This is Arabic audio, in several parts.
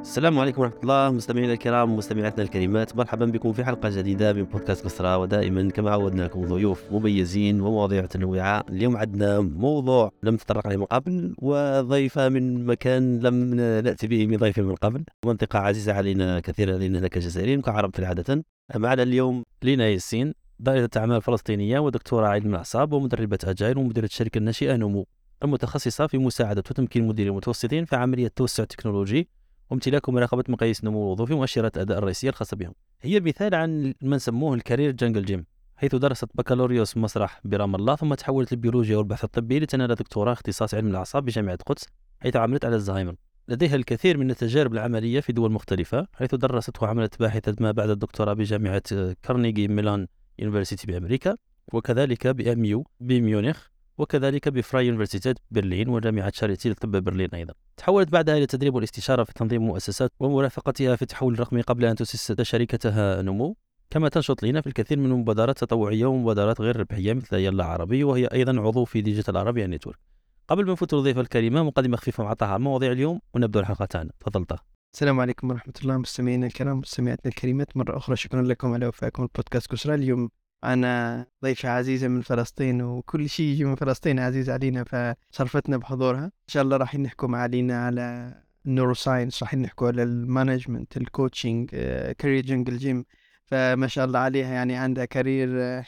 السلام عليكم ورحمة الله مستمعينا الكرام ومستمعاتنا الكريمات، مرحبا بكم في حلقة جديدة من بودكاست قسرة. ودائما كما عودناكم ضيوف مميزين ومواضيع متنوعة. اليوم عندنا موضوع لم نتطرق عليه من قبل، وضيفة من مكان لم نأتي به من ضيف من قبل، منطقة عزيزة علينا كثيرا لأننا كجزائريين كعرب في عادة. معنا اليوم لينا ياسين، دائرة أعمال فلسطينية ودكتورة علم الأعصاب ومدربة أجايل ومديرة شركة ناشئة نمو، المتخصصة في مساعدة وتمكين مديري المتوسطين في عملية توسع تكنولوجي وامتلاك ومراقبة مقاييس نمو الوظيفي ومؤشرات أداء الرئيسية الخاصة بهم. هي مثال عن ما نسموه الكارير جنجل جيم، حيث درست بكالوريوس مسرح برام الله ثم تحولت للبيولوجيا والبحث الطبي لتنال دكتوراه اختصاص علم الأعصاب بجامعة القدس، حيث عملت على الزهايمر. لديها الكثير من التجارب العملية في دول مختلفة، حيث درست وعملت باحثة ما بعد الدكتوراه بجامعة كارنيغي ميلان يونيفرسيتي بأمريكا، وكذلك بأميو بميونخ، وكذلك بفراي يونيفرسيتي برلين وجامعة شاريتي للطب برلين أيضا. تحولت بعدها إلى التدريب والاستشارة في تنظيم مؤسسات ومرافقتها في التحول الرقمي قبل أن تؤسس شركتها نمو، كما تنشط لنا في الكثير من المبادرات التطوعية ومبادرات غير ربحية مثل يلا عربي، وهي أيضا عضو في ديجيتال عربي نتورك. قبل ما نفوت الضيفة الكريمة مقدمة خفيفة مع طه عن مواضيع اليوم ونبدأ الحلقة تاعنا. تفضل طه. السلام عليكم ورحمة الله مستمعينا الكرام مستمعاتنا الكريمات، مرة أخرى شكرا لكم على وفائكم البودكاست كسرى. اليوم أنا ضيفة عزيزة من فلسطين، وكل شيء يجي من فلسطين عزيز علينا، فشرفتنا بحضورها. إن شاء الله راح نحكم علينا على النوروساينس، راح نحكوا على المانجمنت، الكوتشنج، كارير جنجل جيم. فما شاء الله عليها، يعني عندها كارير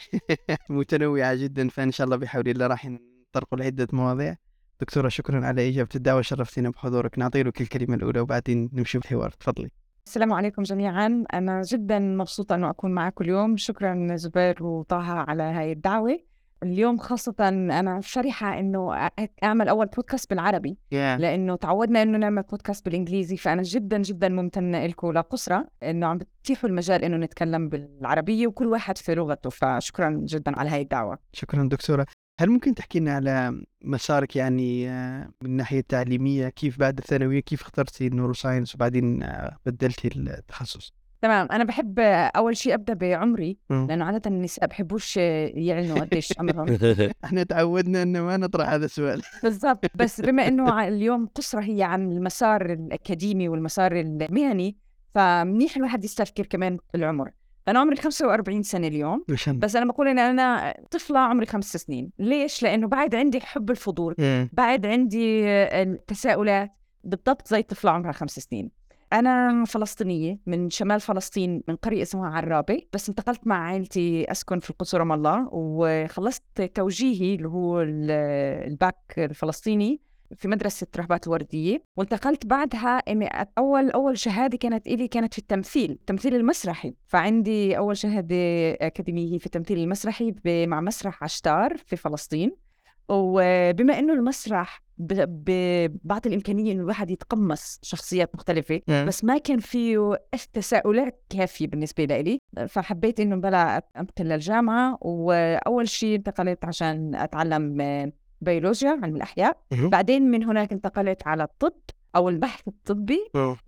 متنوعة جدا، فإن شاء الله بحول الله راح نطرقوا لعدة مواضيع. دكتورة شكرا على إجابة الدعوة، شرفتنا بحضورك. نعطي لك الكلمة الأولى وبعدين نمشي بالحوار. تفضلي. السلام عليكم جميعا، أنا جدا مبسوطة أنه أكون معكم اليوم. شكرا زبير وطه على هاي الدعوة اليوم، خاصة أنا فرحة أنه أعمل أول بودكاست بالعربي لأنه تعودنا أنه نعمل بودكاست بالإنجليزي، فأنا جدا جدا ممتنة لكم لقسرة أنه عم بتتيحوا المجال أنه نتكلم بالعربية وكل واحد في لغته، فشكرا جدا على هاي الدعوة. شكرا دكتورة. هل ممكن تحكي لنا على مسارك، يعني من الناحية التعليمية، كيف بعد الثانوية كيف اخترتي النوروساينس وبعدين بدلتي التخصص؟ تمام، أنا بحب أول شيء أبدأ بعمري، لأنه عادة النساء بحبوش يعلنوا قديش عمرهم. احنا تعودنا إنه ما نطرح هذا السؤال. بالضبط، بس بما إنه اليوم قصرة هي عن المسار الأكاديمي والمسار المهني، فمنيح الواحد يستذكر كمان العمر. أنا عمري 45 سنة اليوم، بس أنا بقول إن أنا طفلة عمري 5 سنين. ليش؟ لأنه بعد عندي حب الفضول، بعد عندي التساؤلات، بالضبط زي طفلة عمرها 5 سنين. أنا فلسطينية من شمال فلسطين، من قرية اسمها عرابة، بس انتقلت مع عائلتي أسكن في القدس رام الله، وخلصت توجيهي اللي هو الباك الفلسطيني في مدرسة رهبات الوردية، وانتقلت بعدها أول شهادة كانت إلي كانت في التمثيل المسرحي. فعندي أول شهادة أكاديمية في التمثيل المسرحي مع مسرح عشتار في فلسطين. وبما إنه المسرح بعطي الإمكانية إنه الواحد يتقمص شخصيات مختلفة، بس ما كان فيه تساؤلات كافية بالنسبة لي، فحبيت إنه بلا أنتقل للجامعة. وأول شيء انتقلت عشان أتعلم بيولوجيا علم الأحياء، بعدين من هناك انتقلت على الطب أو البحث الطبي،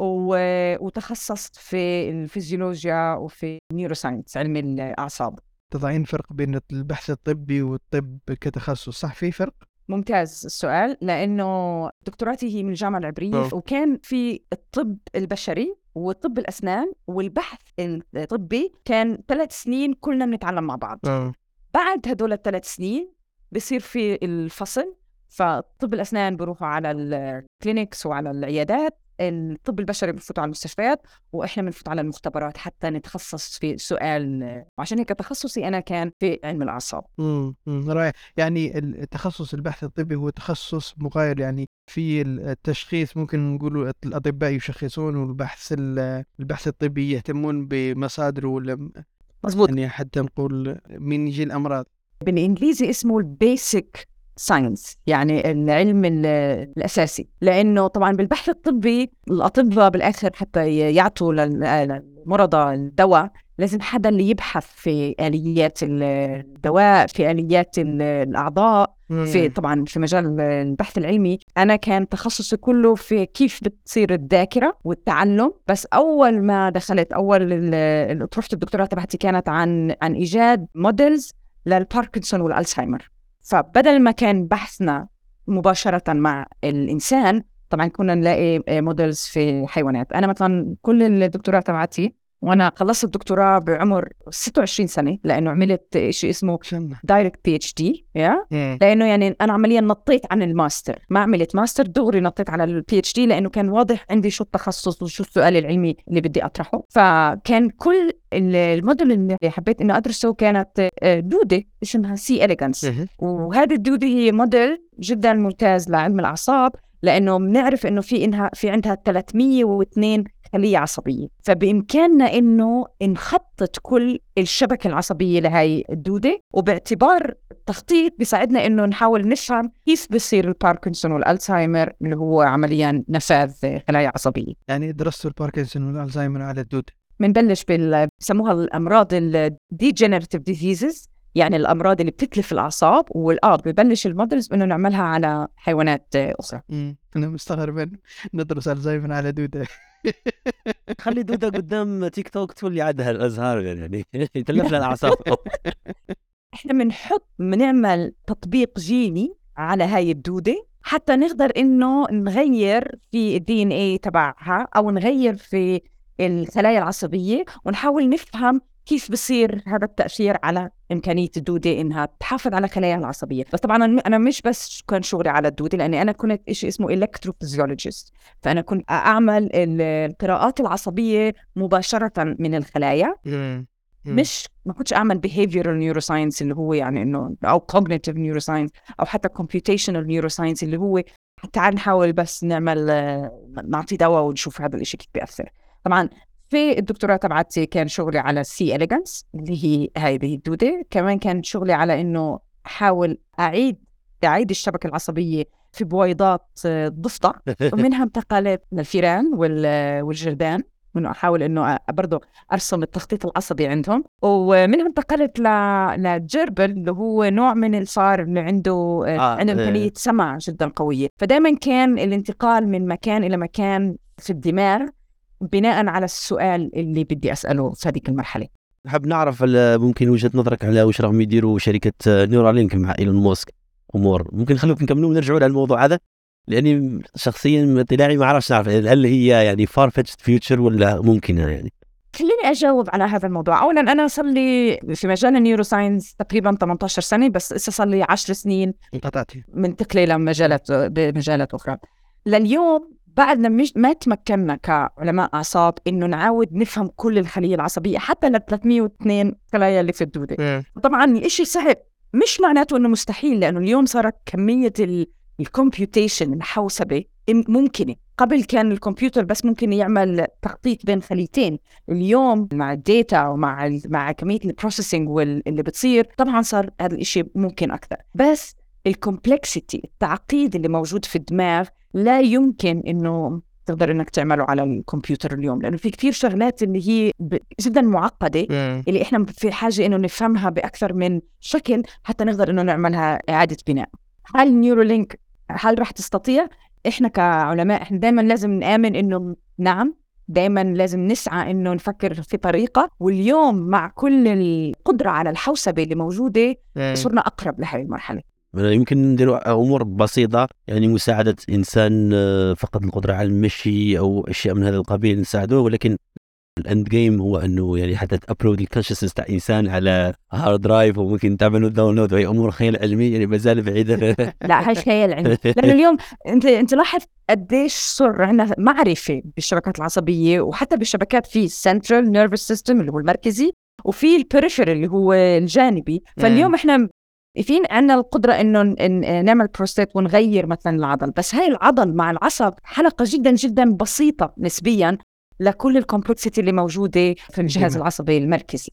وتخصصت في الفيزيولوجيا وفي النيوروساينس علم الأعصاب. تضعين فرق بين البحث الطبي والطب كتخصص، صح؟ في فرق؟ ممتاز السؤال، لأنه دكتوراتي هي من الجامعة العبرية، وكان في الطب البشري والطب الأسنان والبحث الطبي كان 3 سنين كلنا بنتعلم مع بعض. بعد هدول 3 سنين بصير في الفصل، فطب الأسنان بروحوا على الكلينيكس وعلى العيادات، الطب البشري بنفوت على المستشفيات، وإحنا بنفوت على المختبرات حتى نتخصص في سؤال. وعشان هيك تخصصي أنا كان في علم الأعصاب. رائع. يعني التخصص البحث الطبي هو تخصص مغاير، يعني في التشخيص ممكن نقول الأطباء يشخصون، والبحث الطبي يهتمون بمصادره، ولا مزبوط، يعني حتى نقول من يجي الأمراض. بالإنجليزي اسمه البيسك ساينس، يعني العلم الأساسي، لأنه طبعا بالبحث الطبي الأطباء بالآخر حتى يعطوا للمرضى الدواء لازم حدا اللي يبحث في آليات الدواء، في آليات الأعضاء، في طبعا في مجال البحث العلمي. أنا كان تخصصي كله في كيف بتصير الذاكرة والتعلم. بس أول ما دخلت رحت الدكتوراه تبعتي كانت عن إيجاد موديلز للباركنسون والألزهايمر. فبدل ما كان بحثنا مباشرة مع الإنسان، طبعا كنا نلاقي موديلز في حيوانات. أنا مثلا كل الدكتوراه تبعتي وأنا خلصت الدكتوراه بعمر 26 سنة، لأنه عملت شيء اسمه دايركت PhD لأنه يعني أنا عمليا نطيت عن الماستر، ما عملت ماستر دغري نطيت على PhD، لأنه كان واضح عندي شو التخصص وشو السؤال العلمي اللي بدي أطرحه. فكان كل الموديل اللي حبيت إنه أدرسه كانت دودة اسمها سي إليغانس، وهذه الدودة هي موديل جدا ممتاز لعلم الأعصاب، لأنه بنعرف إنه في عندها 302 خلية عصبية، فبإمكاننا إنه نخطط كل الشبكة العصبية لهاي الدودة، وباعتبار التخطيط بيساعدنا إنه نحاول نفهم كيف بيصير الباركنسون والألزهايمر اللي هو عمليا نفاذ خلايا عصبية. يعني درستوا الباركنسون والألزهايمر على الدودة؟ بنبلش بيسموها الأمراض الديجنراتيف ديزيزز، يعني الأمراض اللي بتتلف الأعصاب، ببلش المودلز إنه نعملها على حيوانات أخرى. أنا مستغرب ندرس ألزهايمر على دودة. خلي دودة قدام تيك توك تولي عندها الأزهار يعني يتلف لها الأعصاب. إحنا بنعمل تطبيق جيني على هاي الدودة حتى نقدر إنه نغير في DNA تبعها أو نغير في الخلايا العصبية، ونحاول نفهم كيف بصير هذا التأثير على إمكانية الدودة إنها تحافظ على خلايا العصبية. بس طبعاً أنا مش بس كان شغلي على الدودة، لأني أنا كنت إشي اسمه إلكتروفيزيولوجيست، فأنا كنت أعمل القراءات العصبية مباشرة من الخلايا، ما كنتش أعمل behavioral neuroscience اللي هو يعني إنه أو cognitive neuroscience أو حتى computational neuroscience اللي هو تعال نحاول بس نعطي دواء ونشوف هذا الإشي كيف بيأثر. طبعاً في الدكتوراه تبعتي كان شغلي على سي إليغانس اللي هي هذه الدودة، كمان كان شغلي على إنه أحاول أعيد الشبكة العصبية في بويضات ضفدع، ومنها انتقلت للفيران والجرذان، إنه أحاول إنه برضو أرسم التخطيط العصبي عندهم، ومنها انتقلت للجربل اللي هو نوع من الفار اللي عنده إمكانية سمع جدا قوية. فدائما كان الانتقال من مكان إلى مكان في الدماغ بناء على السؤال اللي بدي أسأله في هذه المرحلة. حاب نعرف ممكن وجهة نظرك على وش راهم يديروا شركة نيورالينك مع إيلون ماسك أمور، ممكن خلوك نكملوا ونرجعوا للموضوع هذا، لأني شخصيا من طلاعي ما أعرفش نعرف هل هي يعني far fetched future ولا ممكنة يعني. خليني أجاوب على هذا الموضوع. أولا أنا صار لي في مجال النيوروساينس تقريبا 18 سنة، بس إسا صار لي 10 سنين منتقلة لمجالات أخرى. لليوم بعدنا ما تمكننا كعلماء أعصاب إنه نعاود نفهم كل الخلية العصبية حتى ل 302 خلايا اللي في الدودة. طبعاً الإشي صعب، مش معناته إنه مستحيل، لأنه اليوم صارت كمية الكمبيوتيشن الحوسبة ممكنة. قبل كان الكمبيوتر بس ممكن يعمل تخطيط بين خليتين، اليوم مع الداتا ومع كمية البروسيسنج واللي بتصير طبعاً صار هذا الإشي ممكن أكثر. بس الكومبلكسيتي التعقيد اللي موجود في الدماغ لا يمكن إنه تقدر إنك تعمله على الكمبيوتر اليوم، لأنه في كثير شغلات اللي هي جدا معقدة اللي إحنا في حاجة إنه نفهمها بأكثر من شكل حتى نقدر إنه نعملها إعادة بناء. هل نيورولينك هل رح تستطيع؟ إحنا كعلماء إحنا دائما لازم نآمن إنه نعم، دائما لازم نسعى إنه نفكر في طريقة، واليوم مع كل القدرة على الحوسبة اللي موجودة صرنا أقرب لهذه المرحلة. يمكن نديروا أمور بسيطة، يعني مساعدة إنسان فقد القدرة على المشي أو أشياء من هذا القبيل نساعدوه، ولكن الاند جيم هو انه يعني حتى تابلود الكونشسنس تاع انسان على هارد درايف وممكن تعملوا داونلود، وهي امور خيال علمي يعني مازال بعيده. لا هاي خيال علمي، لانه اليوم انت لاحظ قديش صار عندنا معرفه بالشبكات العصبيه وحتى بالشبكات في السنترال نيرفس سيستم اللي هو المركزي وفي البريفيرال اللي هو الجانبي. فاليوم احنا فين عندنا القدرة إنه نعمل بروستات ونغير مثلا العضل، بس هاي العضل مع العصب حلقة جدا جدا بسيطة نسبيا لكل الكومبلكسيتي اللي موجودة في الجهاز العصبي المركزي.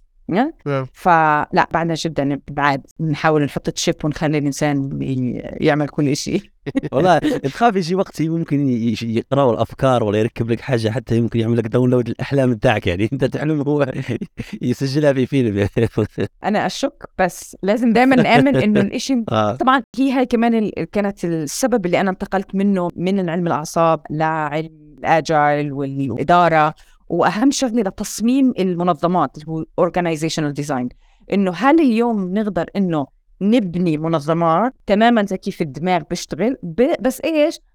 فلا بعدنا جدا بعد نحاول نحط تشيب ونخلي الإنسان يعمل كل شيء. والله تخاف يجي وقت ممكن يقرأوا الأفكار ولا يركب لك حاجة حتى يمكن يعمل لك داونلود الأحلام بتاعك، يعني أنت تحلم هو يسجلها في فيلم. أنا أشك، بس لازم دائما نآمن إنه الإشي طبعا هاي كمان كانت السبب اللي أنا انتقلت منه من علم الأعصاب لعلم الأجايل والإدارة، وأهم شغلة لتصميم المنظمات اللي هو organizational design. إنه هل اليوم نقدر إنه نبني منظمات تماماً زي كيف الدماغ بيشتغل، بس إيش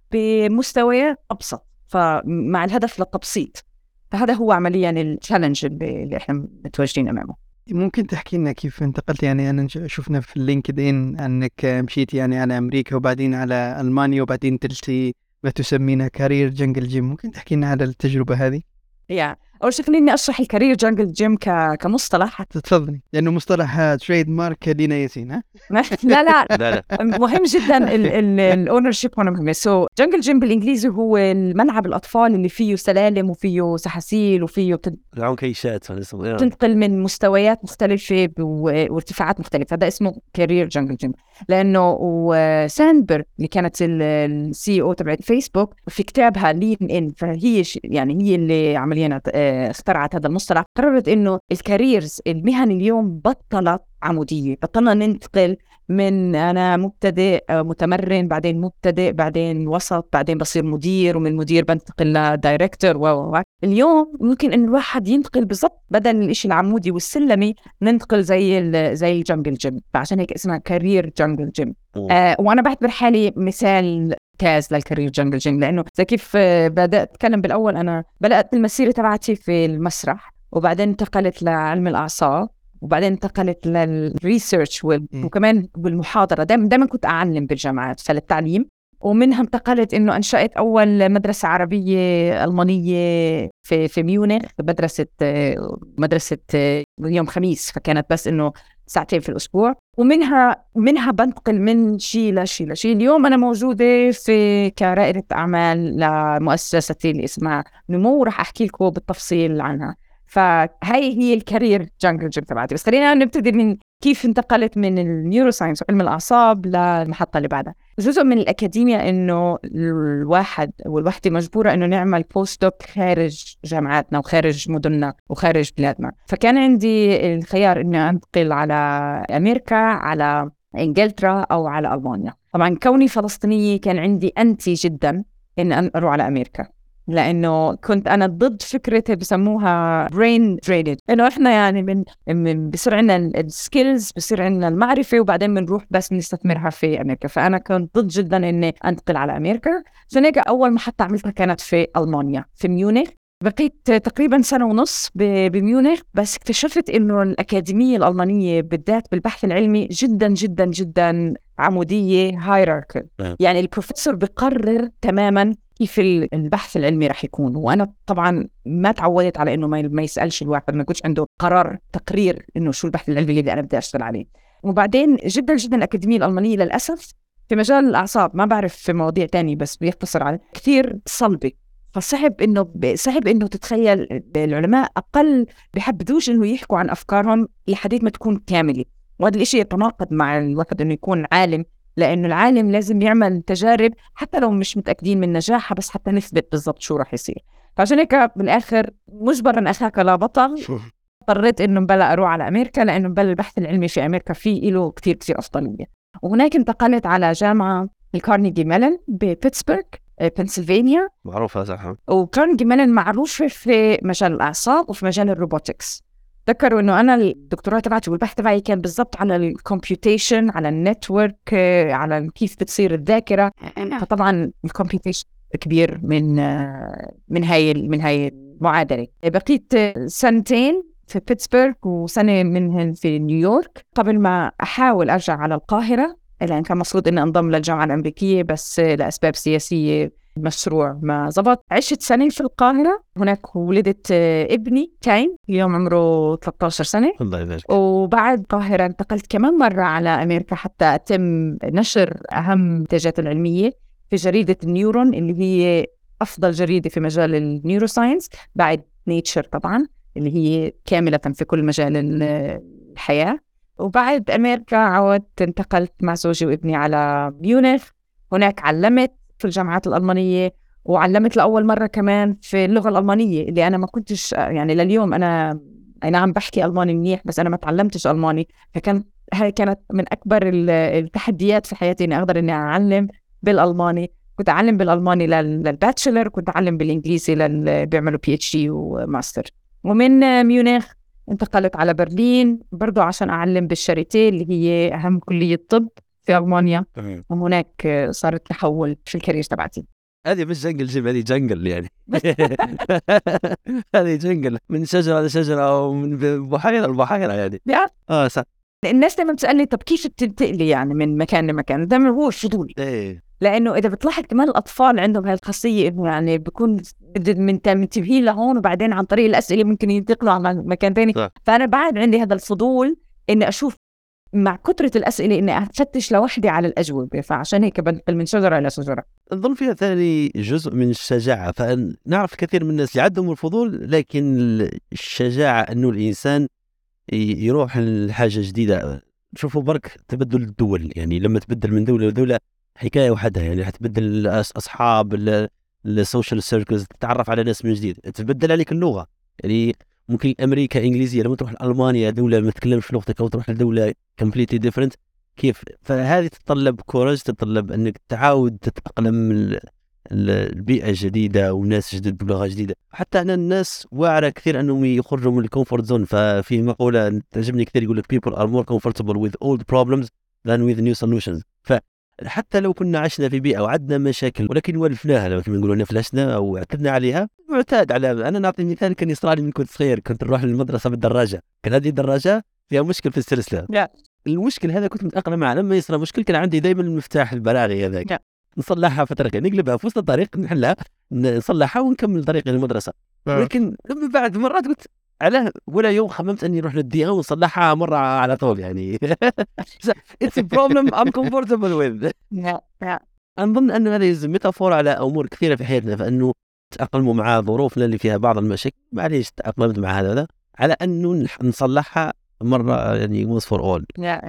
بمستويات أبسط، فمع الهدف للتبسيط. فهذا هو عمليا التشالنج اللي احنا متواجدين أمامه. ممكن تحكي لنا كيف انتقلت؟ يعني أنا شفنا في اللينكدين أنك مشيت يعني على أمريكا وبعدين على ألمانيا وبعدين تلتي ما تسمينها كارير جنجل جيم. ممكن تحكي لنا على التجربة هذه؟ أول شيء خليني أشرح الكارير جنجل جيم كمصطلح. تفضلي، لأنه مصطلح تريد مارك لينا ياسين. ها؟ لا لا مهم جدا الاونرشيب هنا مهم. سو جنجل جيم بالانجليزي هو الملعب الاطفال اللي فيه سلالم وفيه سحاسيل وفيه كيشات تنتقل من مستويات مختلفه وارتفاعات مختلفه. هذا اسمه كارير جنجل جيم. لانه ساندبرغ اللي كانت السي او تبع فيسبوك في كتابها لين ان، فهي يعني هي اللي عمليا اخترعت هذا المصطلح. قررت انه الكاريرز المهن اليوم بطلت عمودية، بطلنا ننتقل من أنا مبتدئ متمرن بعدين مبتدئ بعدين وسط بعدين بصير مدير ومن مدير بنتقل لدايركتور. اليوم ممكن إن الواحد ينتقل بالضبط بدل الإشي العمودي والسلمي ننتقل زي الجنجل جيم، فعشان هيك اسمها كارير جنجل جيم. وأنا بعتبر حالي مثال ممتاز للكارير جنجل جيم، لأنه زي كيف بدأت أتكلم بالأول، أنا بدأت المسيرة تبعتي في المسرح وبعدين انتقلت لعلم الأعصاب وبعدين انتقلت للريسيرش وكمان بالمحاضرة. دائما كنت أعلم بالجامعات فللتعليم، ومنها انتقلت إنه أنشأت أول مدرسة عربية ألمانية في ميونخ، مدرسة يوم خميس، فكانت بس إنه ساعتين في الأسبوع. ومنها بنتقل من شيء لشيء. اليوم أنا موجودة كرائدة أعمال لمؤسستي اللي اسمها نمو، ورح أحكي لكم بالتفصيل عنها. فهي هي الكارير جنجل جيم تبعتي. بس خلينا نبتدي من كيف انتقلت من النيورو ساينس وعلم الأعصاب للمحطة اللي بعدها. جزء من الأكاديمية إنه الواحد والوحدة مجبورة إنه نعمل بوست دوك خارج جامعاتنا وخارج مدننا وخارج بلادنا. فكان عندي الخيار إني أنتقل على أمريكا، على إنجلترا، أو على ألمانيا. طبعا كوني فلسطينية كان عندي أنتي جدا إن أروح على أمريكا، لأنه كنت أنا ضد فكرة بسموها brain drainage، إنه إحنا يعني من بصير عنا السكيلز، بصير عنا المعرفة، وبعدين بنروح بس بنستثمرها في أمريكا. فأنا كنت ضد جدا إني أنتقل على أمريكا. عشان هيك أول محطة عملتها كانت في ألمانيا في ميونخ. بقيت تقريبا 1.5 سنة بميونخ، بس اكتشفت إنه الأكاديمية الألمانية بالذات بالبحث العلمي جدا جدا جدا عمودية هايراركل. يعني البروفيسور بقرر تماما كيف البحث العلمي رح يكون، وأنا طبعا ما تعودت على إنه ما يسألش الواحد، ما يكونش عنده قرار تقرير إنه شو البحث العلمي اللي أنا بدي أشتغل عليه. وبعدين جدا جدا الأكاديمية الألمانية للأسف في مجال الأعصاب، ما بعرف في مواضيع تانية بس بيختصر على كثير صلبة، فصعب إنه تتخيل العلماء أقل بيحبدوش إنه يحكوا عن أفكارهم لحديث ما تكون كاملة. وهذا الإشي يتناقض مع الواحد إنه يكون عالم، لأنه العالم لازم يعمل تجارب حتى لو مش متأكدين من نجاحها، بس حتى نثبت بالضبط شو رح يصير. فعشان هيك بالآخر مجبرا أخاك لا بطل، اضطريت إنه بلا أروح على أمريكا، لأنه بلا البحث العلمي في أمريكا فيه له كتير أفضلية. وهناك انتقلت على جامعة الكارنيجي ميلون ببيتسبرغ بنسلفانيا، معروفة صح. وكارنيجي ميلون معروفة في مجال الأعصاب وفي مجال الروبوتكس. ذكروا إنه أنا الدكتوراه تبعتي والبحث تبعي كان بالضبط على الكمبيوتيشن، على النتورك، على كيف بتصير الذاكرة. فطبعا الكمبيوتيشن كبير من هاي المعادلة. بقيت 2 سنين في بيتسبرغ وسنة منهن في نيويورك قبل ما أحاول أرجع على القاهرة، لأن كان مفروض إني أنضم للجامعة الأمريكية، بس لأسباب سياسية المشروع ما زبط. عشت سنة في القاهرة، هناك ولدت ابني كاين اليوم عمره 13 سنة. الله يبارك. وبعد القاهرة انتقلت كمان مرة على أمريكا حتى أتم نشر أهم النتائج العلمية في جريدة النيورون اللي هي أفضل جريدة في مجال النيورو ساينس بعد نيتشر طبعا، اللي هي كاملة في كل مجال الحياة. وبعد أمريكا عودت، انتقلت مع زوجي وابني على ميونخ. هناك علمت في الجامعات الألمانية، وعلمت لأول مرة كمان في اللغة الألمانية اللي أنا ما كنتش يعني لليوم أنا أي نعم بحكي ألماني منيح بس أنا ما تعلمتش ألماني. هاي كانت من أكبر التحديات في حياتي إني أقدر إني أعلم بالألماني. كنت أعلم بالألماني للباتشلر، كنت أعلم بالإنجليزي بيعملوا PhD وماستر. ومن ميونخ انتقلت على برلين برضو عشان أعلم بالشاريتيه اللي هي أهم كلية طب في ألمانيا. وهناك صارت تحول في الكارير تبعتي. هذه مش جنجل جيم، هذه جنجل يعني. هذه جنجل من شجرة لشجرة ومن بحيرة لبحيرة يعني. صح. الناس دائما بتسألني طب كيف بتنتقلي يعني من مكان لمكان؟ دائما هو الفضول. لأنه إذا بتلاحظ كمان الأطفال عندهم هاي الخاصية إنه يعني بيكون منتبهين لهون وبعدين عن طريق الأسئلة ممكن ينتقلوا على مكان تاني. فأنا بعد عندي هذا الفضول إني أشوف مع كثرة الأسئلة إني أفتش لوحدي على الأجوبة، فعشان هيك بنقل من شجرة إلى شجرة. أظن فيها ثاني جزء من الشجاعة، فنعرف كثير من الناس اللي عندهم الفضول لكن الشجاعة إنه الإنسان يروح لحاجة جديدة. شوفوا برك تبدل الدول، يعني لما تبدل من دولة لدولة حكاية وحدها، يعني حتبدل أصحاب السوشيال سيركلز، تتعرف على ناس من جديد، تبدل عليك اللغة. يعني ممكن أمريكا إنجليزية لما تروح لألمانيا دولة ما تتكلمش لغتك أو تروح لدولة completely different كيف. فهذه تتطلب كورج، تتطلب أنك تعاود تتأقلم البيئة الجديدة وناس جديد بلغة جديدة. حتى أن الناس واعرة كثير أنهم يخرجوا من الكومفورت زون. ففي مقولة تعجبني كثير يقول لك people are more comfortable with old problems than with new solutions. فحتى لو كنا عشنا في بيئة وعدنا مشاكل ولكن ولفناها، لما نقولوا نفلشنا أو اعتدنا عليها، معتاد على. أنا نعطي مثال كان يصرالي من كنت صغير، كنت نروح للمدرسة بالدراجة، كان هذه الدراجة فيها مشكل في السلسلة. المشكل هذا كنت متأقلم معه. لما يصير مشكل كان عندي دايما المفتاح البراغي هذاك، نصلحها فترة، نقلبها في وسط الطريق، نحلها، نصلحها ونكمل طريقي للمدرسة. لكن لما بعد مرات قلت على ولا يوم خممت أني نروح نديها ونصلحها مرة على طول يعني. It's a problem I'm comfortable with. أظن أنه هذا ميتافور على أمور كثيرة في حياتنا، فأنه تأقلموا مع ظروفنا اللي فيها بعض المشاكل، معليش تأقلمت مع هذا على أنه نصلحها مرة يعني once for all.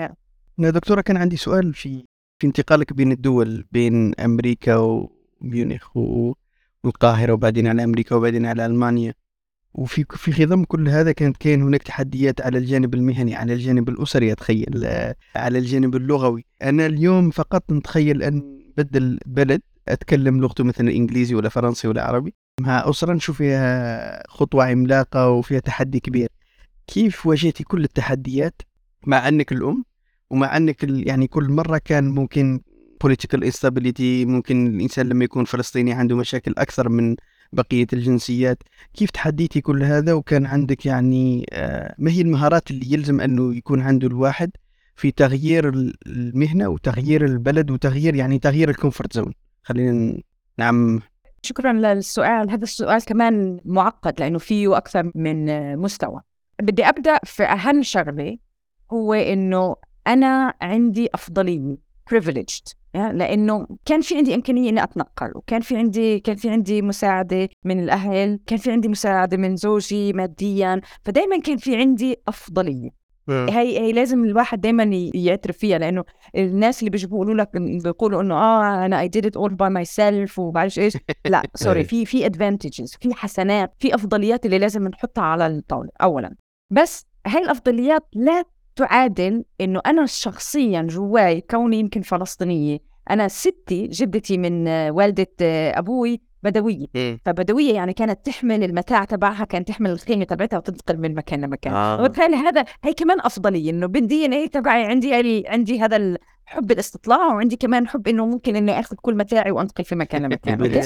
دكتورة كان عندي سؤال في انتقالك بين الدول، بين أمريكا وميونخ والقاهرة وبعدين على أمريكا وبعدين على ألمانيا، وفي خضم كل هذا كان هناك تحديات على الجانب المهني، على الجانب الأسري، أتخيل على الجانب اللغوي. أنا اليوم فقط نتخيل أن بدل بلد أتكلم لغته مثلا الإنجليزي ولا فرنسي ولا عربي مع أسرة نشوف فيها خطوة عملاقة وفيها تحدي كبير. كيف واجهتي كل التحديات مع أنك الأم ومع أنك يعني كل مرة كان ممكن political instability، ممكن الإنسان لما يكون فلسطيني عنده مشاكل أكثر من بقية الجنسيات؟ كيف تحديتي كل هذا وكان عندك يعني ما هي المهارات اللي يلزم أنه يكون عنده الواحد في تغيير المهنة وتغيير البلد وتغيير يعني تغيير الكومفورت زون؟ خلينا نعم. شكرا للسؤال. هذا السؤال كمان معقد لأنه فيه أكثر من مستوى. بدي أبدأ في أهم شغلة، هو إنه أنا عندي أفضلية privileged، لأنه كان في عندي إمكانية إني أتنقل، وكان في عندي مساعدة من الأهل، كان في عندي مساعدة من زوجي ماديا، فدايما كان في عندي أفضلية. هي لازم الواحد دايما يعترف فيها، لأنه الناس اللي بيقولوا إنه أنا I did it all by myself وبعرفش إيش، لا سوري، في advantages، في حسنات، في أفضليات اللي لازم نحطها على الطاولة أولا. بس هاي الأفضليات لا تعادل إنه أنا شخصياً جواي كوني يمكن فلسطينية، أنا ستي جدتي من والدة أبوي بدوية، فبدوية يعني كانت تحمل المتاع تبعها، كانت تحمل الخيمة تبعتها وتنتقل من مكان لمكان. وبالتالي هي كمان أفضلية، إنه بالدي إن إيه تبعي عندي هذا الحب الاستطلاع، وعندي كمان حب إنه ممكن إني أخذ كل متاعي وأنتقل في مكان لمكان.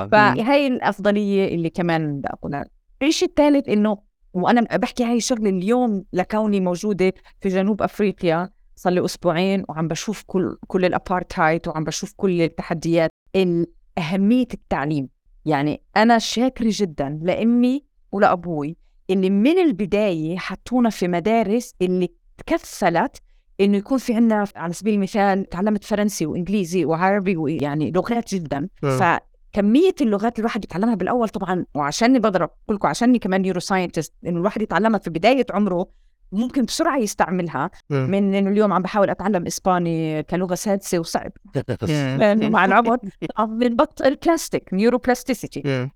فهي الأفضلية اللي كمان بقولها. الشيء الثالث إنه، وأنا بحكي هاي الشغلة اليوم لكوني موجودة في جنوب أفريقيا صار لي أسبوعين وعم بشوف كل الأبارتهايد وعم بشوف كل التحديات. أهمية التعليم، يعني أنا شاكرة جدا لأمي ولأبوي اللي من البداية حطونا في مدارس اللي تكفلت إنه يكون في عنا، على سبيل المثال تعلمت فرنسي وإنجليزي وعربي ويعني لغات جدا. كمية اللغات الواحد يتعلمها بالأول طبعاً، وعشاني بقدر أقول لكم عشاني كمان نيورو ساينتست، إنه الواحد يتعلمها في بداية عمره ممكن بسرعة يستعملها. من إنه اليوم عم بحاول أتعلم إسباني كلغة سادسة وصعب لأنه مع العمر بنبطل بلاستيك، نيورو بلاستيسيتي.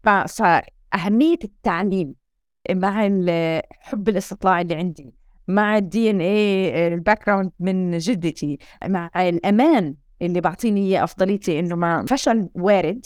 فأهمية التعليم مع الحب الاستطلاع اللي عندي، مع الدي ان ايه الباك جراوند من جدتي، مع الأمان اللي بعطيني إياه، أفضليتي إنه ما فشل وارد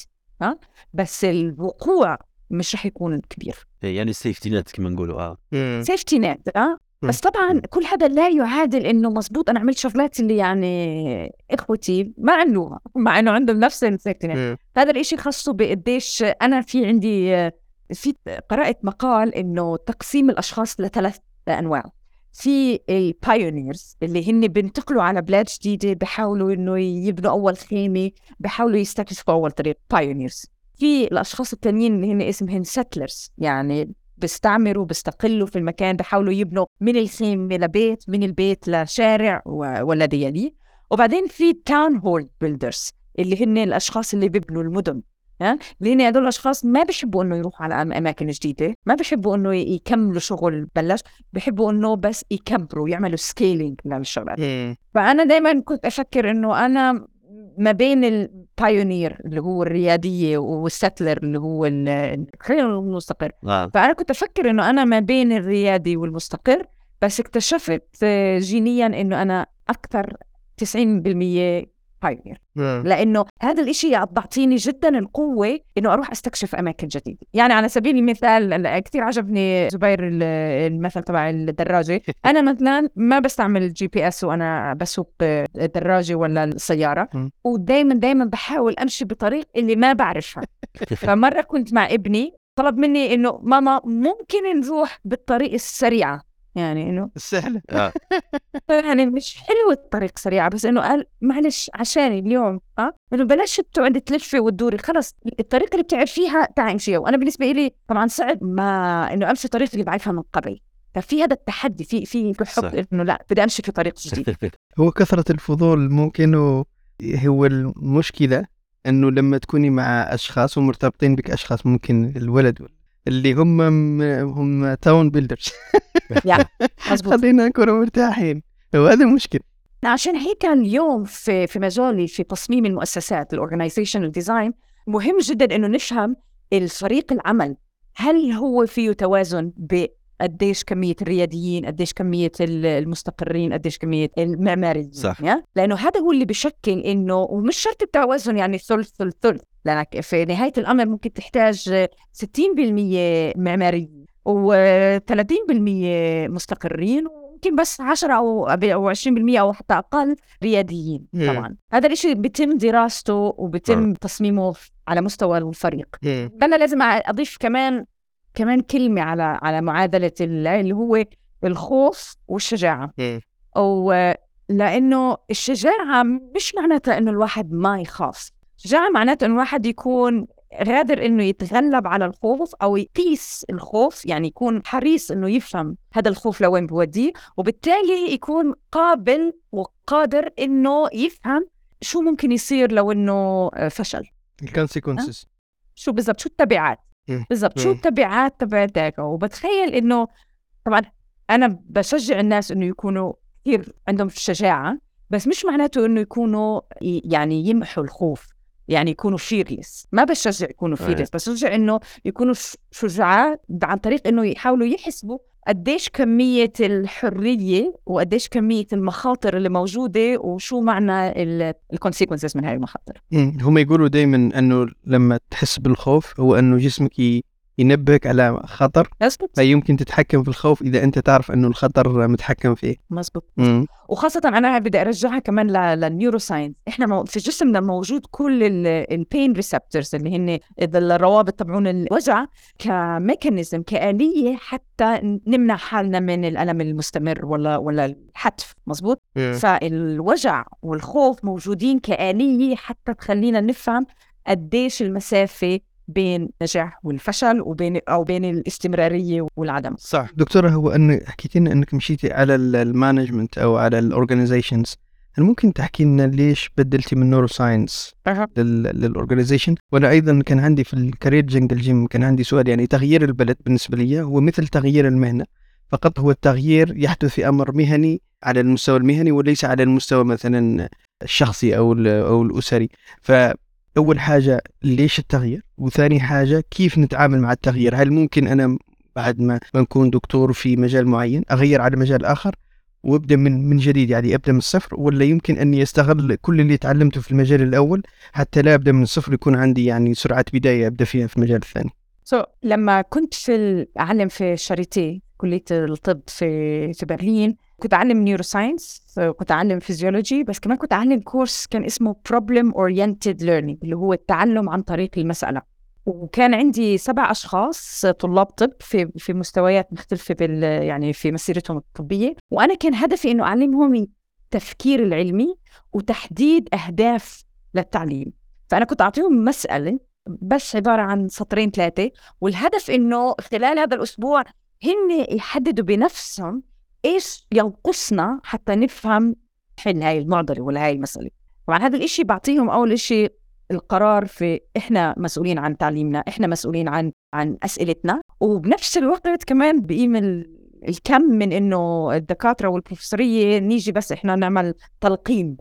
بس الوقوع مش رح يكون كبير، يعني السيفتي نت كما نقولوا سيفتي نت. بس طبعا كل هذا لا يعادل إنه مزبوط أنا عملت شغلات اللي يعني إخوتي ما عملوها مع إنه عندهم نفس الفكرة. هذا الإشي خاصه بقديش أنا في عندي في قرأت مقال إنه تقسيم الأشخاص ل3 أنواع. في البايونيرز اللي هن بينتقلوا على بلاد جديدة، بيحاولوا إنه يبنوا أول خيمة، بيحاولوا يستكشفوا أول طريق، بايونيرز. في الأشخاص التانيين اللي هن اسمهم سيتلرز، يعني بيستعمروا بيستقلوا في المكان، بيحاولوا يبنوا من الخيمة لبيت، من البيت لشارع ولا ديالي. وبعدين في تاون هول بيلدرز اللي هن الأشخاص اللي بيبنوا المدن، لأن هذول الأشخاص ما بيحبوا إنه يروحوا على أماكن جديدة، ما بيحبوا إنه يكملوا شغل بلش، بيحبوا إنه بس يكبروا يعملوا سكيلينج للشغلات. فأنا دايما كنت أفكر إنه أنا ما بين البايونير اللي هو الريادية والستلر اللي هو المستقر. فأنا كنت أفكر إنه أنا ما بين الريادي والمستقر، بس اكتشفت جينيا إنه أنا أكثر 90% بايونير، لأنه هذا الإشي بيعطيني جدا القوة إنه أروح أستكشف أماكن جديدة. يعني على سبيل المثال كتير عجبني زبير المثل تبع الدراجة. أنا مثلا ما بستعمل GPS وأنا بسوق الدراجة ولا السيارة، ودايما بحاول أمشي بطريق اللي ما بعرفها. فمرة كنت مع ابني طلب مني إنه ماما ممكن نروح بالطريق السريعة، يعني إنه السهلة يعني مش حلوة الطريق سريعة، بس إنه قال معلش عشاني اليوم إنه بلاش تقعد تلفي وتدوري، خلص الطريق اللي بتعرفيها تعي امشيها. وأنا بالنسبة لي طبعا صعب ما إنه أمشي طريق اللي بعرفها من قبل، ففي هذا التحدي في حب إنه لا بدي أمشي في طريق جديد. هو كثرة الفضول ممكن هو المشكلة، إنه لما تكوني مع أشخاص ومرتبطين بك أشخاص، ممكن الولد اللي هم تاون بيلدرز خلينا نكون مرتاحين، وهذا مشكلة. عشان هيك اليوم في مجالي في تصميم المؤسسات الأورجانيزيشنال ديزاين مهم جدا إنه نفهم الفريق العمل، هل هو فيه توازن بقديش كمية الرياديين، قديش كمية المستقرين، قديش كمية المعماريين. لأنه هذا هو اللي بشكل إنه، ومش شرط التوازن يعني ثلث، لأنك في نهاية الأمر ممكن تحتاج 60% معماريين و30% مستقرين، وممكن بس 10 أو 20% أو حتى أقل رياديين. طبعا هذا الشيء بيتم دراسته وبيتم تصميمه على مستوى الفريق. أنا لازم أضيف كمان كلمة على معادلة اللي هو الخوف والشجاعة. أو لأنه الشجاعة مش معناتها إنه الواحد ما يخاف، الشجاعة معناته إنه الواحد يكون قادر إنه يتغلب على الخوف أو يقيس الخوف، يعني يكون حريص إنه يفهم هذا الخوف لوين بوديه، وبالتالي يكون قابل وقادر إنه يفهم شو ممكن يصير لو إنه فشل، الكونسيكونسز، شو بالضبط، شو التبعات بالضبط، شو التبعات تبعتك. وبتخيل إنه طبعا أنا بشجع الناس إنه يكونوا كثير عندهم شجاعة، بس مش معناته إنه يكونوا يعني يمحوا الخوف، يعني يكونوا fearless. ما بشجع يكونوا fearless، بس بشجع إنه يكونوا شجعاء عن طريق إنه يحاولوا يحسبوا قديش كمية الحرية وقديش كمية المخاطر اللي موجودة، وشو معنى الكونسيكونسز من هاي المخاطر. هم يقولوا دايما أنه لما تحس بالخوف هو أنه جسمك ينبهك على خطر، فيمكن تتحكم في الخوف إذا أنت تعرف أنه الخطر متحكم فيه. مزبوط. وخاصة أنا بدي أرجعها كمان للنيوروساينس. إحنا في جسمنا موجود كل البين ريسبتورز اللي هن الروابط تبعون الوجع كميكانيزم، كآلية حتى نمنع حالنا من الألم المستمر ولا الحتف. مزبوط. فالوجع والخوف موجودين كآلية حتى تخلينا نفهم قديش المسافة بين النجاح والفشل وبين الاستمرارية والعدم. صح دكتورة، هو أن حكيتين أنك مشيتي على المانجمنت أو على الأورجانيزيشنز، هل ممكن تحكي لنا ليش بدلتي من نوروساينس للأورجانيزيشن؟ وأنا أيضا كان عندي في الكارير جنجل جيم كان عندي سؤال، يعني تغيير البلد بالنسبة لي هو مثل تغيير المهنة، فقط هو التغيير يحدث في أمر مهني على المستوى المهني وليس على المستوى مثلا الشخصي أو الأسري. أول حاجة ليش التغيير، وثاني حاجة كيف نتعامل مع التغيير؟ هل ممكن أنا بعد ما نكون دكتور في مجال معين أغير على مجال آخر وابدأ من جديد، يعني أبدأ من الصفر، ولا يمكن أني أستغل كل اللي تعلمته في المجال الأول حتى لا أبدأ من الصفر، يكون عندي يعني سرعة بداية أبدأ فيها في المجال الثاني؟ لما كنت أعلم في شاريتيه كلية الطب في برلين، كنت أعلم نيوروساينس، كنت أعلم فيزيولوجي، بس كمان كنت أعلم كورس كان اسمه Problem Oriented Learning اللي هو التعلم عن طريق المسألة. وكان عندي 7 أشخاص طلاب طب في مستويات مختلفة يعني في مسيرتهم الطبية، وأنا كان هدفي إنه أعلمهم التفكير العلمي وتحديد أهداف للتعليم. فأنا كنت أعطيهم مسألة بس عبارة عن 2-3 والهدف إنه خلال هذا الأسبوع هن يحددوا بنفسهم إيش ينقصنا حتى نفهم حل هاي المعضلة ولا هاي المسألة. طبعا هذا الإشي بعطيهم أول إشي القرار في إحنا مسؤولين عن تعليمنا، إحنا مسؤولين عن أسئلتنا، وبنفس الوقت كمان بقيم الكم من إنه الدكاترة والبروفيسورية نيجي بس إحنا نعمل تلقين،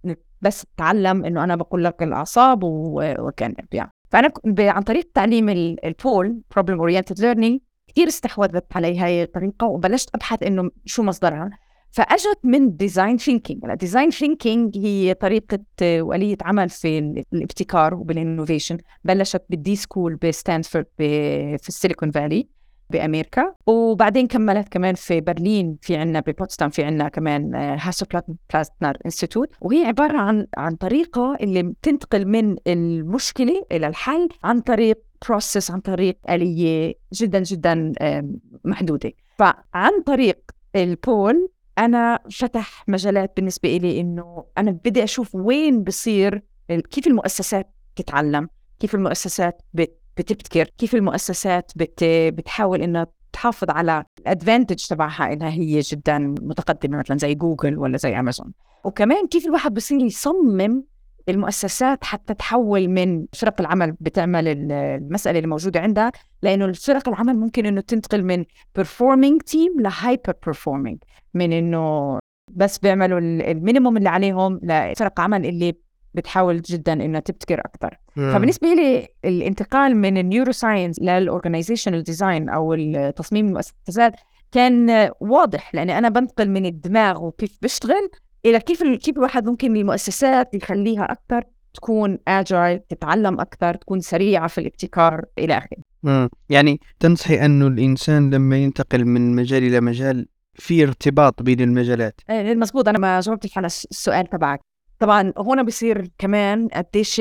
بس تعلم إنه أنا بقول لك الأعصاب وكان يعني. فأنا عن طريق تعليم البول Problem Oriented Learning كثير استحوذت علي هاي الطريقة وبلشت أبحث إنه شو مصدرها. فأجت من ديزاين ثينكينج. الديزاين ثينكينج هي طريقة وآلية عمل في الابتكار وبالإنوفيشن. بلشت بالدي سكول بستانفورد في السيليكون فالي بأمريكا، وبعدين كملت كمان في برلين، في عنا ببوتسدام في عنا كمان هاسو بلاتنر انستيتوت، وهي عبارة عن طريقة اللي بتنتقل من المشكلة إلى الحل عن طريق بروسيس، عن طريق آلية جدا جدا محدودة. فعن طريق البول أنا فتح مجالات بالنسبة إلي إنه أنا بدي أشوف وين بصير، كيف المؤسسات تتعلم، كيف المؤسسات بتبتكر، كيف المؤسسات بتحاول إنها تحافظ على الادفانتج تبعها إنها هي جدا متقدمة مثلا زي جوجل ولا زي أمازون. وكمان كيف الواحد بصير يصمم المؤسسات حتى تحول من فرق العمل بتعمل المسألة اللي موجودة عندها، لأنه الفرق العمل ممكن إنه تنتقل من performing team لهايبر performing، من إنه بس بيعملوا المينيموم اللي عليهم لفرق عمل اللي بتحاول جدا إنها تبتكر أكتر. فبالنسبة لي الانتقال من النيوروساينس للأورجانيزيشنال ديزاين أو تصميم المؤسسات كان واضح، لأن أنا بنتقل من الدماغ وكيف بشتغل إلى كيف الواحد ممكن المؤسسات يخليها أكتر تكون agile، تتعلم أكتر، تكون سريعة في الابتكار إلى آخره. يعني تنصحي أنه الإنسان لما ينتقل من مجال إلى مجال في ارتباط بين المجالات؟ مزبوط. أنا ما جاوبتش على السؤال تبعك. طبعا هنا بيصير كمان قديش